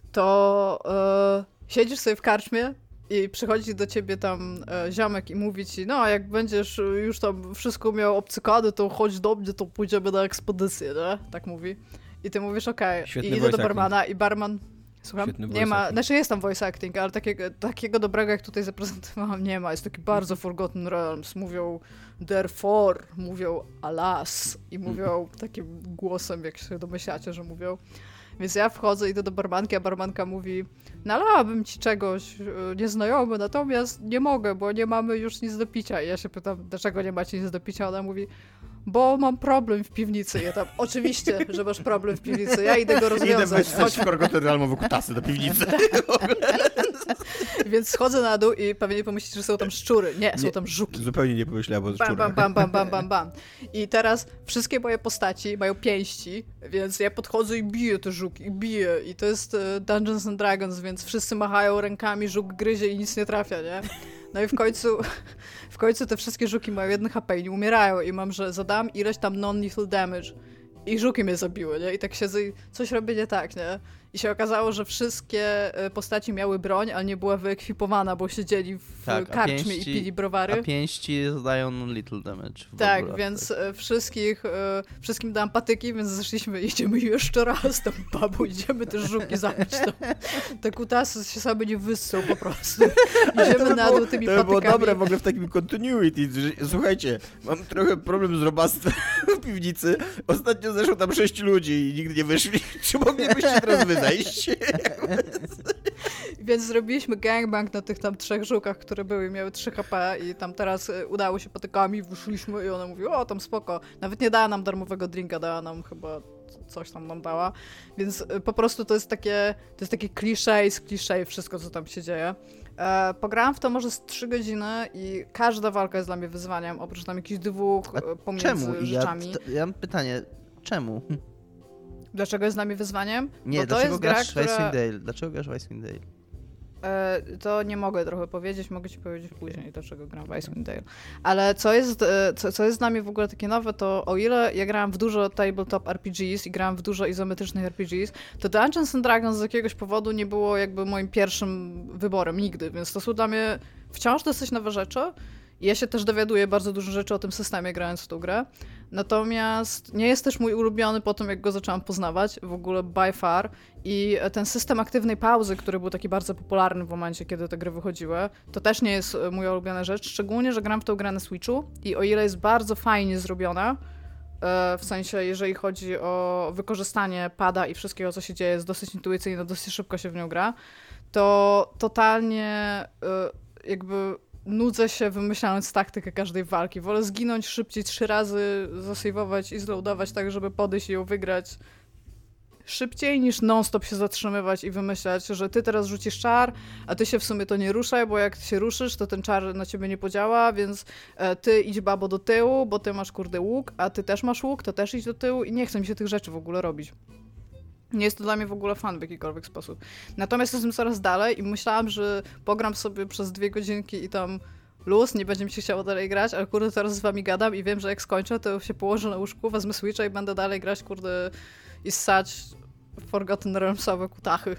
to e, siedzisz sobie w karczmie i przychodzi do ciebie tam e, ziomek i mówi ci, no a jak będziesz już tam wszystko miał obcykane, to chodź do mnie, to pójdziemy na ekspedycję, nie? Tak mówi. I ty mówisz, okej. Okay. I idę do barmana i barman... Słucham? Nie ma, acting. Znaczy jest tam voice acting, ale takiego, takiego dobrego, jak tutaj zaprezentowałam, nie ma. Jest taki bardzo Forgotten Realms. Mówią therefore, mówią alas i mówią takim głosem, jak się domyślacie, że mówią. Więc ja wchodzę, idę do barmanki, a barmanka mówi, nalałabym ci czegoś, nieznajomy, natomiast nie mogę, bo nie mamy już nic do picia. I ja się pytam, dlaczego nie macie nic do picia? Ona mówi, bo mam problem w piwnicy. Ja tam, oczywiście, że masz problem w piwnicy. Ja idę go rozwiązać. Idę weź Forgotten Realmowe kutasy do piwnicy. Więc schodzę na dół i pewnie pomyślicie, że są tam szczury. Nie, są nie, tam żuki. Zupełnie nie pomyślałem o szczurach. Bam, bam, bam, bam, bam, bam. I teraz wszystkie moje postaci mają pięści, więc ja podchodzę i biję te żuki, i biję. I to jest Dungeons and Dragons, więc wszyscy machają rękami, żuk gryzie i nic nie trafia, nie? No i w końcu, w końcu te wszystkie żuki mają jeden H P i nie umierają i mam, że zadam ileś tam non-lethal damage i żuki mnie zabiły, nie? I tak siedzę i coś robię nie tak, nie? I się okazało, że wszystkie postaci miały broń, ale nie była wyekwipowana, bo siedzieli w tak, karczmie pięści, i pili browary. A pięści zadają non-lethal damage. Tak, ogóle, więc tak. wszystkich, wszystkim dałam patyki, więc zeszliśmy, idziemy jeszcze raz tam, babu, idziemy te żuki zabić. Tam. Te kutasy się same nie wyssą po prostu. Idziemy na dół tymi to patykami. To było dobre w ogóle w takim continuity. Że, słuchajcie, mam trochę problem z robactwem w piwnicy. Ostatnio zeszło tam sześć ludzi i nigdy nie wyszli. Czy moglibyście teraz wydać? Więc zrobiliśmy gangbang na tych tam trzech żukach, które były i miały trzy H P i tam teraz udało się patykami, wyszliśmy i ona mówi, o tam spoko. Nawet nie dała nam darmowego drinka, dała nam chyba coś tam nam dała. Więc po prostu to jest takie, to jest takie kliszej z kliszej wszystko, co tam się dzieje. E, pograłam w to może z trzy godziny i każda walka jest dla mnie wyzwaniem, oprócz tam jakichś dwóch A pomiędzy czemu? rzeczami. Ja, ja mam pytanie, czemu? Dlaczego jest dla mnie wyzwaniem? Nie, Bo dlaczego to jest gra, grasz w która... Icewind Dale? Dlaczego grasz w Icewind Dale? E, to nie mogę trochę powiedzieć, mogę ci powiedzieć później, dlaczego gram w Icewind Dale. Ale co jest, co, co jest dla mnie w ogóle takie nowe, to o ile ja grałam w dużo tabletop R P Gs i grałam w dużo izometrycznych R P Gs, to Dungeons and Dragons z jakiegoś powodu nie było jakby moim pierwszym wyborem nigdy, więc to są dla mnie wciąż dosyć nowe rzeczy. I ja się też dowiaduję bardzo dużo rzeczy o tym systemie, grając w tą grę. Natomiast nie jest też mój ulubiony po tym, jak go zaczęłam poznawać, w ogóle by far. I ten system aktywnej pauzy, który był taki bardzo popularny w momencie, kiedy te gry wychodziły, to też nie jest moja ulubiona rzecz. Szczególnie, że gram w tą grę na Switchu i o ile jest bardzo fajnie zrobiona, w sensie jeżeli chodzi o wykorzystanie pada i wszystkiego, co się dzieje, jest dosyć intuicyjne, dosyć szybko się w nią gra, to totalnie jakby... nudzę się wymyślając taktykę każdej walki. Wolę zginąć szybciej trzy razy, zasejwować i zloadować tak, żeby podejść i ją wygrać szybciej niż non-stop się zatrzymywać i wymyślać, że ty teraz rzucisz czar, a ty się w sumie to nie ruszaj, bo jak się ruszysz, to ten czar na ciebie nie podziała, więc e, ty idź babo do tyłu, bo ty masz kurde łuk, a ty też masz łuk, to też idź do tyłu i nie chcę mi się tych rzeczy w ogóle robić. Nie jest to dla mnie w ogóle fan w jakikolwiek sposób. Natomiast jestem coraz dalej i myślałam, że pogram sobie przez dwie godzinki i tam luz, nie będzie mi się chciało dalej grać, ale kurde teraz z wami gadam i wiem, że jak skończę, to się położę na łóżku, wezmę Switcha i będę dalej grać kurde i ssać Forgotten Realmsowe kutachy.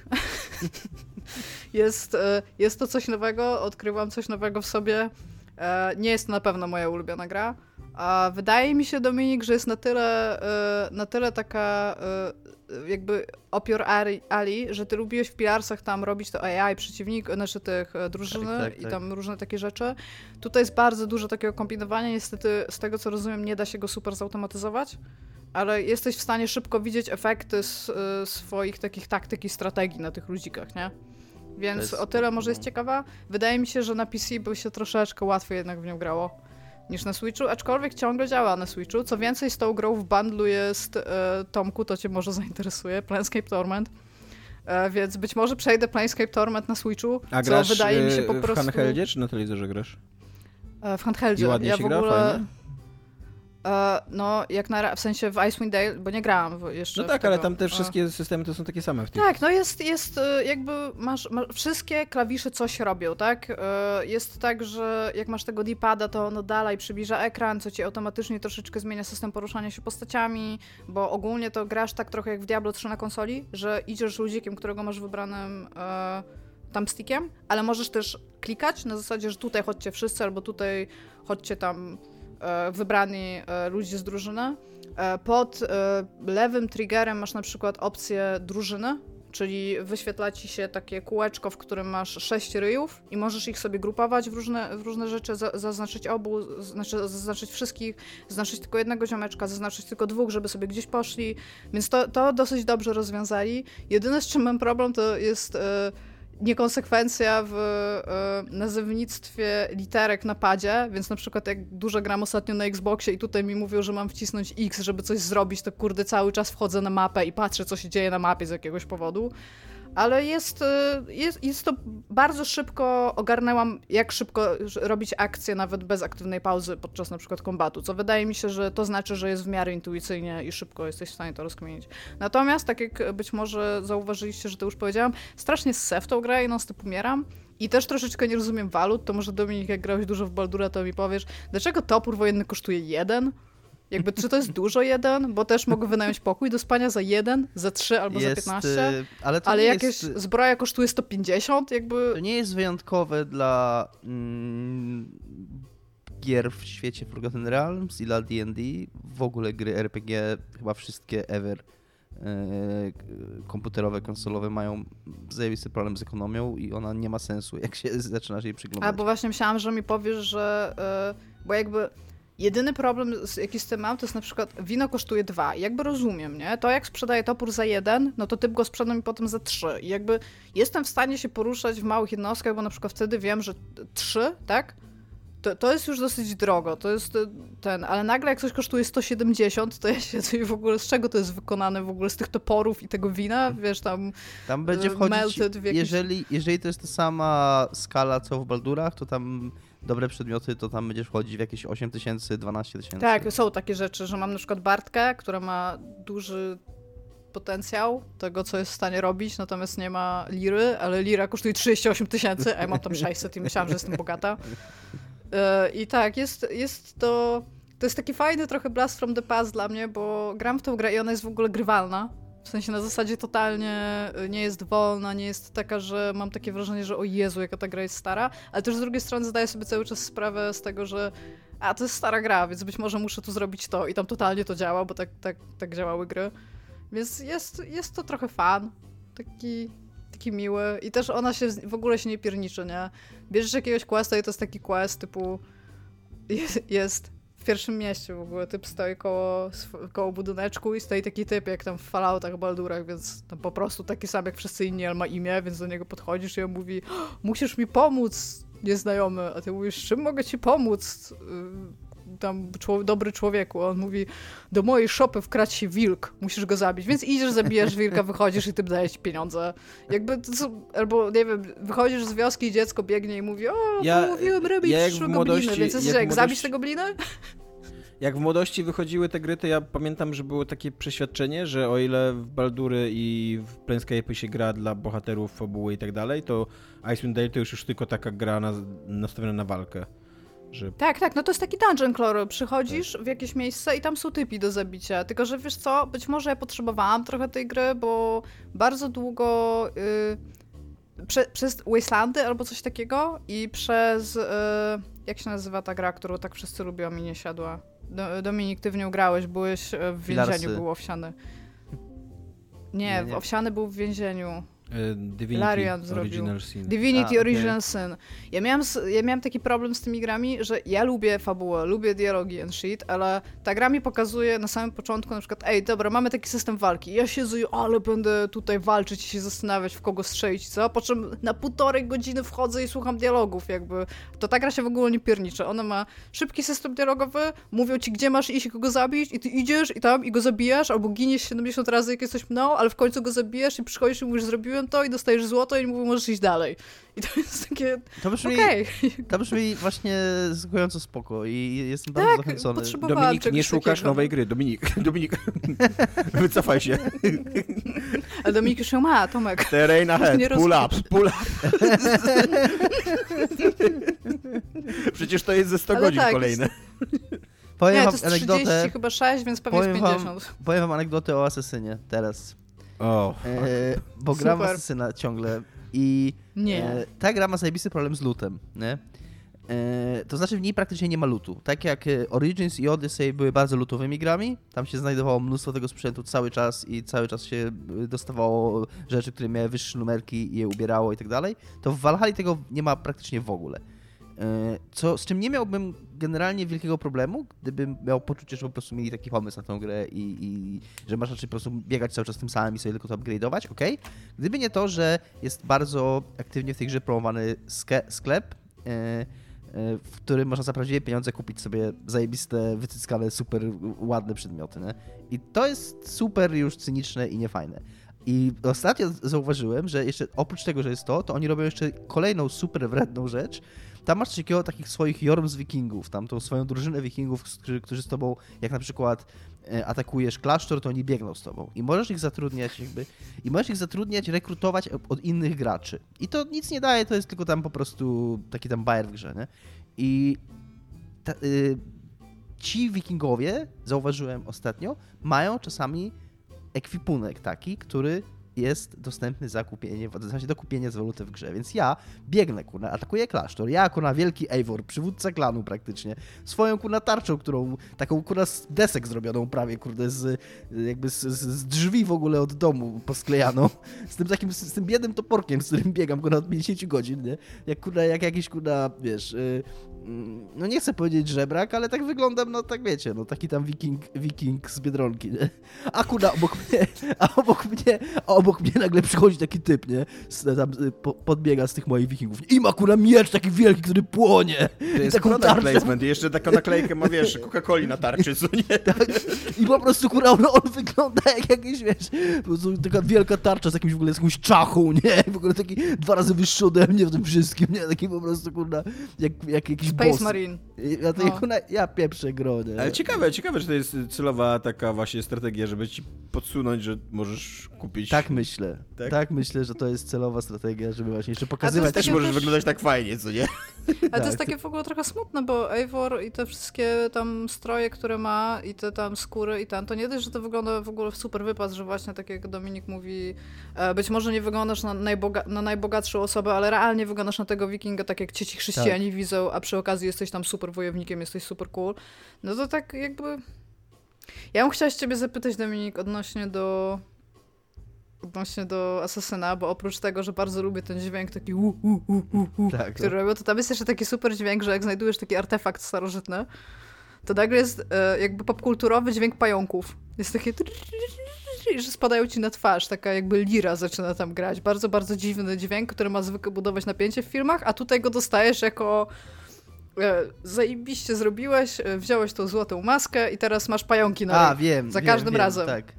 jest, jest to coś nowego, odkrywam coś nowego w sobie. Nie jest to na pewno moja ulubiona gra. A wydaje mi się, Dominik, że jest na tyle, na tyle taka jakby opior Ali, że ty lubiłeś w Pilarsach tam robić to A I przeciwnik, znaczy tych drużyny tak, tak, tak. i tam różne takie rzeczy. Tutaj jest bardzo dużo takiego kombinowania. Niestety z tego, co rozumiem, nie da się go super zautomatyzować, ale jesteś w stanie szybko widzieć efekty z, swoich takich taktyk i strategii na tych ludzikach, nie? Więc jest, o tyle może jest ciekawa. Wydaje mi się, że na P C by się troszeczkę łatwiej jednak w nią grało niż na Switchu, aczkolwiek ciągle działa na Switchu. Co więcej, z tą grą w bundlu jest e, Tomku, to cię może zainteresuje, Planescape Torment. E, więc być może przejdę Planescape Torment na Switchu, A co grasz wydaje mi się po w prostu... handheldzie czy na telewizorze grasz? E, w handheldzie. I ładnie ja się w gra? ogóle... Fajnie? E, no, jak na ra- w sensie w Icewind Dale, bo nie grałam w, jeszcze No tak, w tego. ale tam te wszystkie e. systemy to są takie same w tych. Tak, no jest, jest jakby, masz, masz wszystkie klawisze coś robią, tak? E, jest tak, że jak masz tego D-pada, to ono dalej przybliża ekran, co ci automatycznie troszeczkę zmienia system poruszania się postaciami, bo ogólnie to grasz tak trochę jak w Diablo trzy na konsoli, że idziesz ludzikiem, którego masz wybranym e, tam stickiem, ale możesz też klikać na zasadzie, że tutaj chodźcie wszyscy, albo tutaj chodźcie tam wybrani ludzie z drużyny. Pod lewym triggerem masz na przykład opcję drużyny, czyli wyświetla ci się takie kółeczko, w którym masz sześć ryjów i możesz ich sobie grupować w różne, w różne rzeczy, zaznaczyć obu, znaczy zaznaczyć wszystkich, zaznaczyć tylko jednego ziomeczka, zaznaczyć tylko dwóch, żeby sobie gdzieś poszli, więc to, to dosyć dobrze rozwiązali. Jedyne, z czym mam problem, to jest niekonsekwencja w y, nazewnictwie literek na padzie, więc na przykład jak dużo gram ostatnio na Xboxie i tutaj mi mówią, że mam wcisnąć X, żeby coś zrobić, to kurde cały czas wchodzę na mapę i patrzę, co się dzieje na mapie z jakiegoś powodu. Ale jest, jest, jest to bardzo szybko, ogarnęłam jak szybko robić akcje nawet bez aktywnej pauzy podczas na przykład kombatu, co wydaje mi się, że to znaczy, że jest w miarę intuicyjnie i szybko jesteś w stanie to rozkminić. Natomiast, tak jak być może zauważyliście, że to już powiedziałam, strasznie ssę w tą grę i non-stop umieram. I też troszeczkę nie rozumiem walut, to może Dominik, jak grałeś dużo w Baldura, to mi powiesz, dlaczego topór wojenny kosztuje jeden? Jakby, czy to jest dużo jeden? Bo też mogę wynająć pokój do spania za jeden, za trzy albo jest, za piętnaście. Ale, to ale nie jakieś jest, zbroja kosztuje sto pięćdziesiąt, jakby... To nie jest wyjątkowe dla mm, gier w świecie Forgotten Realms i dla D and D. W ogóle gry R P G, chyba wszystkie ever e, komputerowe, konsolowe mają zajebisty problem z ekonomią i ona nie ma sensu, jak się zaczynasz jej przyglądać. A, bo właśnie myślałam, że mi powiesz, że... Yy, bo jakby... Jedyny problem, jaki z tym mam, to jest na przykład wino kosztuje dwa. I jakby rozumiem, nie? To jak sprzedaję topór za jeden, no to typ go sprzeda mi potem za trzy. I jakby jestem w stanie się poruszać w małych jednostkach, bo na przykład wtedy wiem, że trzy, tak? To, to jest już dosyć drogo, to jest ten, ale nagle jak coś kosztuje sto siedemdziesiąt, to ja siedzę i w ogóle z czego to jest wykonane w ogóle, z tych toporów i tego wina, wiesz, tam Tam będzie wchodzić, melted w jakiś... jeżeli, jeżeli to jest ta sama skala co w Baldurach, to tam dobre przedmioty, to tam będziesz wchodzić w jakieś osiem tysięcy, dwanaście tysięcy. Tak, są takie rzeczy, że mam na przykład Bartkę, która ma duży potencjał tego, co jest w stanie robić, natomiast nie ma liry, ale lira kosztuje trzydzieści osiem tysięcy, a ja mam tam sześćset i myślałam, że jestem bogata. I tak, jest, jest to... To jest taki fajny trochę blast from the past dla mnie, bo gram w tę grę i ona jest w ogóle grywalna. W sensie na zasadzie totalnie nie jest wolna, nie jest taka, że mam takie wrażenie, że o Jezu, jaka ta gra jest stara, ale też z drugiej strony zdaję sobie cały czas sprawę z tego, że a, to jest stara gra, więc być może muszę tu zrobić to i tam totalnie to działa, bo tak, tak, tak działały gry. Więc jest, jest to trochę fan, taki, taki miły i też ona się w ogóle się nie pierniczy, nie? Bierzesz jakiegoś questa i to jest taki quest typu jest, jest w pierwszym mieście w ogóle, typ stoi koło, koło budyneczku i stoi taki typ jak tam w Falloutach, Baldurach, więc tam po prostu taki sam jak wszyscy inni, ale ma imię, więc do niego podchodzisz i on mówi, musisz mi pomóc, nieznajomy, a ty mówisz, czym mogę ci pomóc? Tam człowiek, dobry człowieku, a on mówi, do mojej szopy wkradł się wilk, musisz go zabić, więc idziesz, zabijasz wilka, wychodzisz i typ daje ci pieniądze. Jakby, to co, albo nie wiem, wychodzisz z wioski i dziecko biegnie i mówi, o, ja, mówiłem ryby i ja przyszły gobliny, więc jest, jak, jak młodości, zabić te gobliny? Jak w młodości wychodziły te gry, to ja pamiętam, że było takie przeświadczenie, że o ile w Baldury i w Planescape'y się gra dla bohaterów, fabuły i tak dalej, to Icewind Dale to już już tylko taka gra na, nastawiona na walkę. Że... Tak, tak, no to jest taki dungeon crawl. Przychodzisz tak. w jakieś miejsce i tam są typi do zabicia. Tylko, że wiesz co, być może ja potrzebowałam trochę tej gry, bo bardzo długo yy, prze, przez Wastelandy albo coś takiego i przez, yy, jak się nazywa ta gra, którą tak wszyscy lubią i nie siadła. Do, Dominik, ty w nią grałeś, byłeś w więzieniu, Filarsy. Był Owsiany. Nie, nie, nie. Owsiany był w więzieniu. Divinity Original Sin. Divinity A, Original okay. Sin. Ja miałam, ja miałam taki problem z tymi grami, że ja lubię fabułę, lubię dialogi and shit, ale ta gra mi pokazuje na samym początku na przykład, ej, dobra, mamy taki system walki. Ja siedzę i ale będę tutaj walczyć i się zastanawiać, w kogo strzelić, co? Po czym na półtorej godziny wchodzę i słucham dialogów, jakby. To ta gra się w ogóle nie pierniczy. Ona ma szybki system dialogowy, mówią ci, gdzie masz iść i kogo zabić i ty idziesz i tam i go zabijasz, albo giniesz siedemdziesiąt razy, jak jesteś mną, ale w końcu go zabijasz i przychodzisz i mówisz, zrobiłem zrobiłem to i dostajesz złoto i mówią, możesz iść dalej. I to jest takie, To brzmi, okej. to brzmi właśnie zaskakująco spoko i jestem bardzo Tak, zachęcony. potrzebowałem Dominik, czegoś nie szukasz takiego. nowej gry. Dominik, Dominik, wycofaj się. A Dominik już ją ma, Tomek. Terrain ahead, Nie pull rozkminisz. up, pull up. Przecież to jest ze sto Ale godzin tak, kolejne. Powiem Nie, to wam jest anegdotę, trzydzieści chyba sześć, więc pewnie jest powiem wam, pięćdziesiąt. powiem wam anegdotę o Asesynie teraz. O, E, bo gram w Super. Asesyna ciągle i Nie. e, ta gra ma zajebisty problem z lootem, nie? E, to znaczy w niej praktycznie nie ma lootu. Tak jak e, Origins i Odyssey były bardzo lootowymi grami, tam się znajdowało mnóstwo tego sprzętu cały czas i cały czas się e, dostawało rzeczy, które miały wyższe numerki i je ubierało i tak dalej, to w Valhalla tego nie ma praktycznie w ogóle. E, Co, z czym nie miałbym generalnie wielkiego problemu, gdybym miał poczucie, że po prostu mieli taki pomysł na tę grę i, i że masz raczej po prostu biegać cały czas tym samym i sobie tylko to upgrade'ować, okej. Gdyby nie to, że jest bardzo aktywnie w tej grze promowany ske- sklep, e, e, w którym można za prawdziwe pieniądze kupić sobie zajebiste, wycyckane, super ładne przedmioty, nie? I to jest super już cyniczne i niefajne. I ostatnio zauważyłem, że jeszcze oprócz tego, że jest to, to oni robią jeszcze kolejną super wredną rzecz. Tam masz takiego takich swoich jorm z wikingów, tam tą swoją drużynę wikingów, którzy, którzy z tobą, jak na przykład e, atakujesz klasztor, to oni biegną z tobą. I możesz ich zatrudniać jakby, i możesz ich zatrudniać, rekrutować od innych graczy. I to nic nie daje, to jest tylko tam po prostu taki tam bajer w grze, nie? I ta, y, ci wikingowie, zauważyłem ostatnio, mają czasami ekwipunek taki, który jest dostępny za kupienie, w zasadzie do kupienia z waluty w grze, więc ja biegnę, kurna, atakuję klasztor, ja kurna wielki Eivor, przywódca klanu praktycznie, swoją kurna tarczą, którą, taką kurna z desek zrobioną prawie, kurde, z jakby z, z, z drzwi w ogóle od domu posklejaną, z tym takim, z tym biednym toporkiem, z którym biegam kurna od pięćdziesięciu godzin, nie? Jak kurna, jak jakiś kurna, wiesz, yy, no nie chcę powiedzieć żebrak, ale tak wyglądam, no tak wiecie, no taki tam wiking, wiking z Biedronki, nie? A kurna, obok mnie, a obok mnie, a obok mnie nagle przychodzi taki typ, nie? Z, tam po, podbiega z tych moich wikingów i ma kurna miecz taki wielki, który płonie. to jest taką product tarczę. placement i jeszcze taką naklejkę ma, wiesz, Coca-Coli na tarczy, co nie? Tak. I po prostu kurwa, on, on wygląda jak jakiś, wiesz, po prostu taka wielka tarcza z jakimś w ogóle z jakąś czachą, nie? W ogóle taki dwa razy wyższy ode mnie w tym wszystkim, nie? Taki po prostu kurna, jak, jak jakiś Space boss. Marine. Ja, to, No. kurna, ja pieprzę gro, nie? Ale ciekawe, ciekawe, że to jest celowa taka właśnie strategia, żeby ci podsunąć, że możesz kupić... Tak myślę. Tak? Tak? myślę, że to jest celowa strategia, żeby właśnie jeszcze A to pokazywać. jest Też takie możesz też- wyglądać tak fajnie, co nie? Ale to Tak, jest to- takie w ogóle trochę smutne, bo Eivor i te wszystkie tam stroje, które ma i te tam skóry i tam, to nie dość, że to wygląda w ogóle w super wypas, że właśnie tak jak Dominik mówi, e, być może nie wyglądasz na, najboga- na najbogatszą osobę, ale realnie wyglądasz na tego wikinga tak jak cię ci chrześcijanie Tak. widzą, a przy okazji jesteś tam super wojownikiem, jesteś super cool. No to tak jakby... Ja bym chciała się ciebie zapytać, Dominik, odnośnie do... odnośnie do Asasyna, bo oprócz tego, że bardzo lubię ten dźwięk taki u, u, u, u, u, Tak, który no. robią, to tam jest jeszcze taki super dźwięk, że jak znajdujesz taki artefakt starożytny, to nagle jest e, jakby popkulturowy dźwięk pająków. Jest takie że spadają ci na twarz, taka jakby lira zaczyna tam grać. Bardzo, bardzo dziwny dźwięk, który ma zwykle budować napięcie w filmach, a tutaj go dostajesz jako e, zajebiście zrobiłeś, e, wziąłeś tą złotą maskę i teraz masz pająki na A, ryj. wiem. Za wiem, każdym wiem, razem. Tak.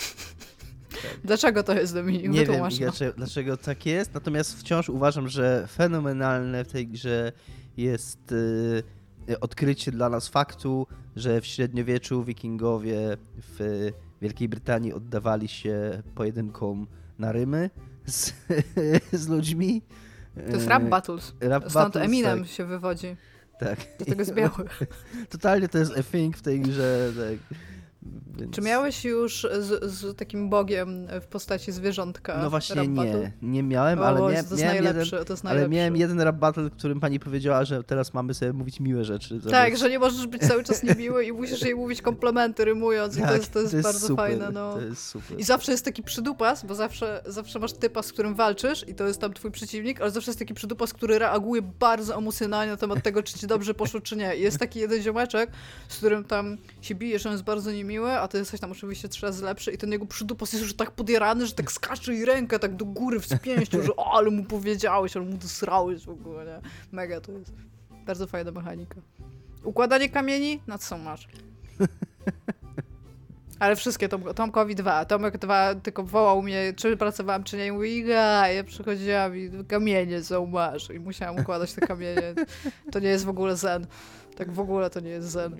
Dlaczego to jest, Dominik? Nie wiem, Wytłumacz nam. dlaczego, dlaczego tak jest, natomiast wciąż uważam, że fenomenalne w tej grze jest y, odkrycie dla nas faktu, że w średniowieczu wikingowie w Wielkiej Brytanii oddawali się pojedynkom na rymy z, z ludźmi. To jest rap battles. Rap Stąd battles, Eminem tak, się wywodzi. tak. Do tego jest biały. Totalnie to jest a thing w tej grze. Tak. Więc... Czy miałeś już z, z takim bogiem w postaci zwierzątka? No właśnie rap battle? nie, nie miałem, O, ale Boże, mia- to jest miałem jeden, najlepsze, to jest ale najlepsze. miałem jeden rap battle, w którym pani powiedziała, że teraz mamy sobie mówić miłe rzeczy. Tak, zamiast- że nie możesz być cały czas niemiły i musisz jej mówić komplementy rymując i to Tak, jest, to jest bardzo super, fajne. No. To jest super. I zawsze jest taki przydupas, bo zawsze, zawsze masz typa, z którym walczysz i to jest tam twój przeciwnik, ale zawsze jest taki przydupas, który reaguje bardzo emocjonalnie na temat tego, czy ci dobrze poszło, czy nie. I jest taki jeden ziomeczek, z którym tam się bijesz, on jest bardzo niemiły, a ty jesteś tam oczywiście trzy razy lepszy i ten jego przydupas jest już tak podjarany, że tak skacze i rękę tak do góry w spięściu, że o, ale mu powiedziałeś, ale mu dosrałeś w ogóle, nie? Mega to jest. Bardzo fajna mechanika. Układanie kamieni? Na co masz? Ale wszystkie, Tom, Tomkowi dwa. Tomek dwa tylko wołał mnie, czy pracowałam, czy nie. I mówi, ja, ja przychodziłam i kamienie są masz. I musiałam układać te kamienie. To nie jest w ogóle zen. Tak w ogóle to nie jest zen.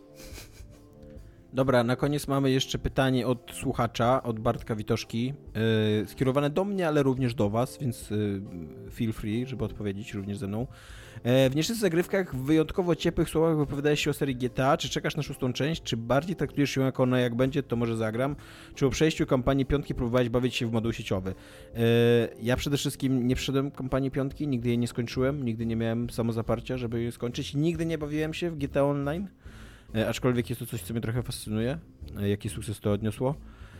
Dobra, na koniec mamy jeszcze pytanie od słuchacza, od Bartka Witoszki, yy, skierowane do mnie, ale również do was, więc yy, feel free, żeby odpowiedzieć również ze mną. Yy, w nieszczęsnych zagrywkach w wyjątkowo ciepłych słowach wypowiadałeś się o serii G T A, czy czekasz na szóstą część, czy bardziej traktujesz ją jako ona jak będzie, to może zagram, czy po przejściu kampanii piątki próbowałeś bawić się w moduł sieciowy? Yy, ja przede wszystkim nie przeszedłem kampanii piątki, nigdy jej nie skończyłem, nigdy nie miałem samozaparcia, żeby jej skończyć, nigdy nie bawiłem się w G T A Online. Aczkolwiek jest to coś, co mnie trochę fascynuje, jaki sukces to odniosło.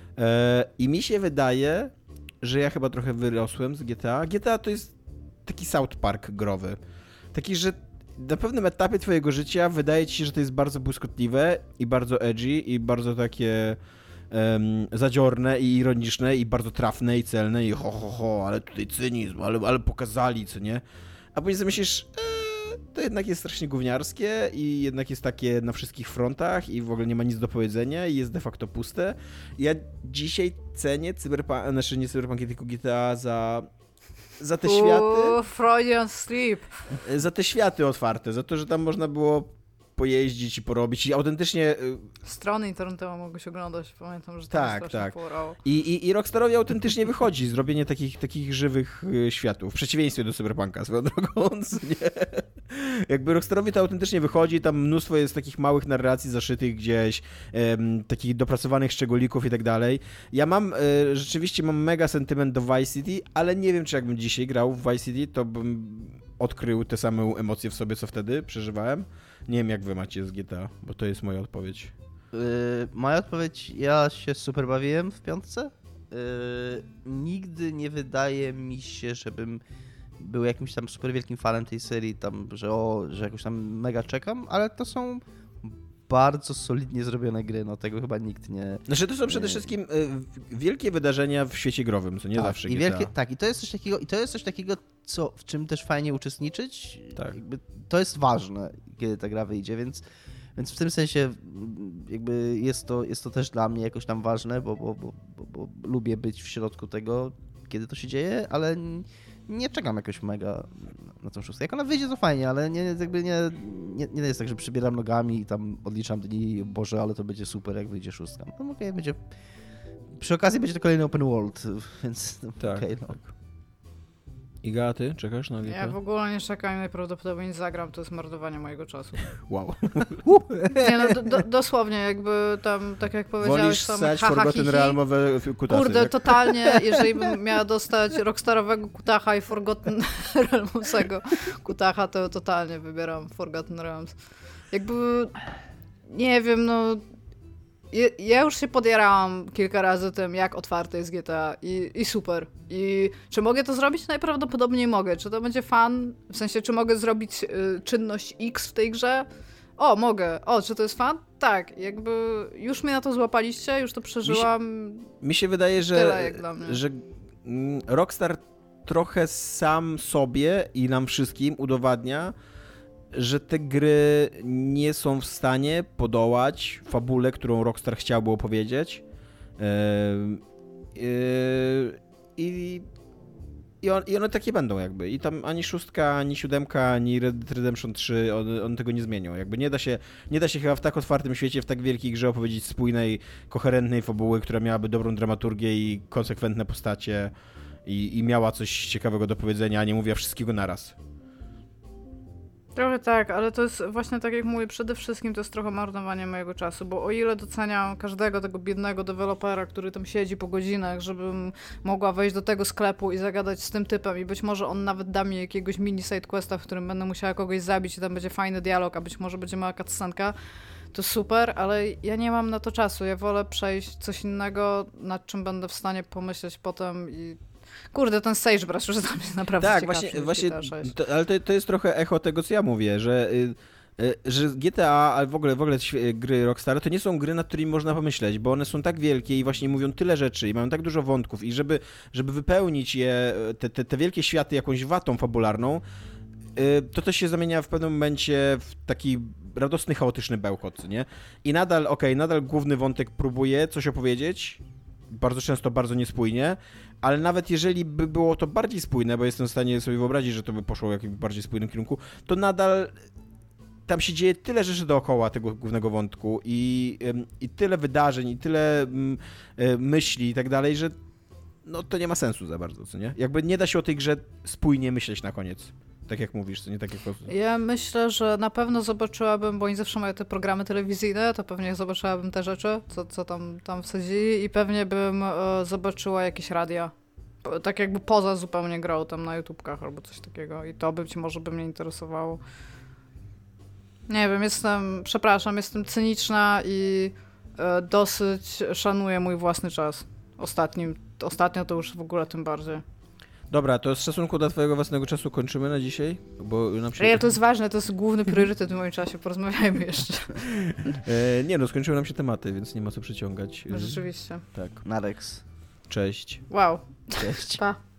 I mi się wydaje, że ja chyba trochę wyrosłem z G T A. G T A to jest taki South Park growy. Taki, że na pewnym etapie twojego życia wydaje ci się, że to jest bardzo błyskotliwe i bardzo edgy i bardzo takie um, zadziorne i ironiczne i bardzo trafne i celne i ho, ho, ho, ale tutaj cynizm, ale, ale pokazali, co nie? A później sobie myślisz... to jednak jest strasznie gówniarskie i jednak jest takie na wszystkich frontach i w ogóle nie ma nic do powiedzenia i jest de facto puste. Ja dzisiaj cenię Cyberpunk, znaczy nie Cyberpunk, tylko G T A za, za te światy. Uuu, Freudian sleep. Za te światy otwarte, za to, że tam można było pojeździć i porobić i autentycznie... Strony internetowe mogłeś oglądać, pamiętam, że to tak, tak. porało. I, i, I Rockstarowi autentycznie wychodzi zrobienie takich, takich żywych y, światów, w przeciwieństwie do Cyberpunka, swoją drogą, nie? Jakby Rockstarowi to autentycznie wychodzi, tam mnóstwo jest takich małych narracji zaszytych gdzieś, em, takich dopracowanych szczególików i tak dalej. Ja mam, y, rzeczywiście mam mega sentyment do Vice City, ale nie wiem, czy jakbym dzisiaj grał w Vice City, to bym odkrył te same emocje w sobie, co wtedy przeżywałem. Nie wiem, jak wy macie z G T A, bo to jest moja odpowiedź. Yy, moja odpowiedź, ja się super bawiłem w piątce. Yy, nigdy nie wydaje mi się, żebym był jakimś tam super wielkim fanem tej serii, tam, że o, że jakoś tam mega czekam, ale to są bardzo solidnie zrobione gry, no tego chyba nikt nie... Znaczy to są przede wszystkim y, wielkie wydarzenia w świecie growym, co nie tak, zawsze i G T A. wielkie, tak, i to jest coś takiego, i to jest coś takiego, co, w czym też fajnie uczestniczyć. Tak. Jakby to jest ważne, kiedy ta gra wyjdzie, więc, więc w tym sensie jakby jest to, jest to też dla mnie jakoś tam ważne, bo, bo, bo, bo, bo lubię być w środku tego, kiedy to się dzieje, ale nie czekam jakoś mega na tą szóstkę. Jak ona wyjdzie, to fajnie, ale nie, jakby nie, nie, nie jest tak, że przybieram nogami i tam odliczam dni, Boże, ale to będzie super, jak wyjdzie szóstka. No okej, okay, będzie... Przy okazji będzie to kolejny open world, więc no, tak, okej, okay, no. tak. Iga, a ty czekasz na G T A? Ja w ogóle nie czekam i najprawdopodobniej nie zagram, to jest marnowanie mojego czasu. Wow. Nie no, do, do, dosłownie jakby tam, tak jak powiedziałeś, Wolisz tam ssać ha, ha, Forgotten hi, hi. Realmowe kutasy, Kurde, tak? totalnie, jeżeli bym miała dostać Rockstarowego kutacha i Forgotten Realmsego kutacha, to totalnie wybieram Forgotten Realms. Jakby, nie wiem, no... Ja już się podjarałam kilka razy tym, jak otwarte jest G T A i, i super. I czy mogę to zrobić? Najprawdopodobniej mogę. Czy to będzie fan? W sensie, czy mogę zrobić y, czynność X w tej grze? O, mogę. O, czy to jest fan? Tak. Jakby już mnie na to złapaliście, już to przeżyłam. Mi się, mi się wydaje, że, Tyle jak dla mnie. że Rockstar trochę sam sobie i nam wszystkim udowadnia, że te gry nie są w stanie podołać fabule, którą Rockstar chciałby opowiedzieć. Yy, yy, i, i, on, I one takie będą jakby. I tam ani szóstka, ani siódemka, ani Red Dead Redemption trzy, one, one tego nie zmienią. Jakby nie da się, nie da się chyba w tak otwartym świecie, w tak wielkiej grze opowiedzieć spójnej, koherentnej fabuły, która miałaby dobrą dramaturgię i konsekwentne postacie i, i miała coś ciekawego do powiedzenia, a nie mówiła wszystkiego naraz. Trochę tak, ale to jest właśnie tak jak mówię, przede wszystkim to jest trochę marnowanie mojego czasu, bo o ile doceniam każdego tego biednego dewelopera, który tam siedzi po godzinach, żebym mogła wejść do tego sklepu i zagadać z tym typem i być może on nawet da mi jakiegoś mini sidequesta, w którym będę musiała kogoś zabić i tam będzie fajny dialog, a być może będzie mała cutscenka, to super, ale ja nie mam na to czasu, ja wolę przejść coś innego, nad czym będę w stanie pomyśleć potem i kurde, ten Sagebrush już dla mnie naprawdę tak, ciekawszy. właśnie, właśnie G T A sześć. to, ale to, to jest trochę echo tego, co ja mówię, że, y, y, że G T A, ale w ogóle, w ogóle gry Rockstar to nie są gry, nad którymi można pomyśleć, bo one są tak wielkie i właśnie mówią tyle rzeczy i mają tak dużo wątków i żeby, żeby wypełnić je, te, te, te wielkie światy jakąś watą fabularną, y, to to się zamienia w pewnym momencie w taki radosny, chaotyczny bełkot, nie? I nadal, okej, okay, nadal główny wątek próbuje coś opowiedzieć, bardzo często bardzo niespójnie, ale nawet jeżeli by było to bardziej spójne, bo jestem w stanie sobie wyobrazić, że to by poszło w jakimś bardziej spójnym kierunku, to nadal tam się dzieje tyle rzeczy dookoła tego głównego wątku i, i tyle wydarzeń, i tyle myśli i tak dalej, że no to nie ma sensu za bardzo, co nie? Jakby nie da się o tej grze spójnie myśleć na koniec. Tak jak mówisz, to nie tak jak... Ja myślę, że na pewno zobaczyłabym, bo oni zawsze mają te programy telewizyjne, to pewnie zobaczyłabym te rzeczy, co, co tam, tam wsadzili i pewnie bym e, zobaczyła jakieś radia. Tak jakby poza zupełnie grą tam na YouTubkach albo coś takiego i to być może by mnie interesowało. Nie wiem, jestem, przepraszam, jestem cyniczna i e, dosyć szanuję mój własny czas. Ostatnim, ostatnio to już w ogóle tym bardziej. Dobra, to z szacunku do twojego własnego czasu kończymy na dzisiaj, bo na przykład... Ale to jest ważne, to jest główny priorytet w moim czasie, porozmawiajmy jeszcze. e, nie no, skończyły nam się tematy, więc nie ma co przyciągać. Rzeczywiście. Tak. Narex. Cześć. Wow. Cześć. Pa.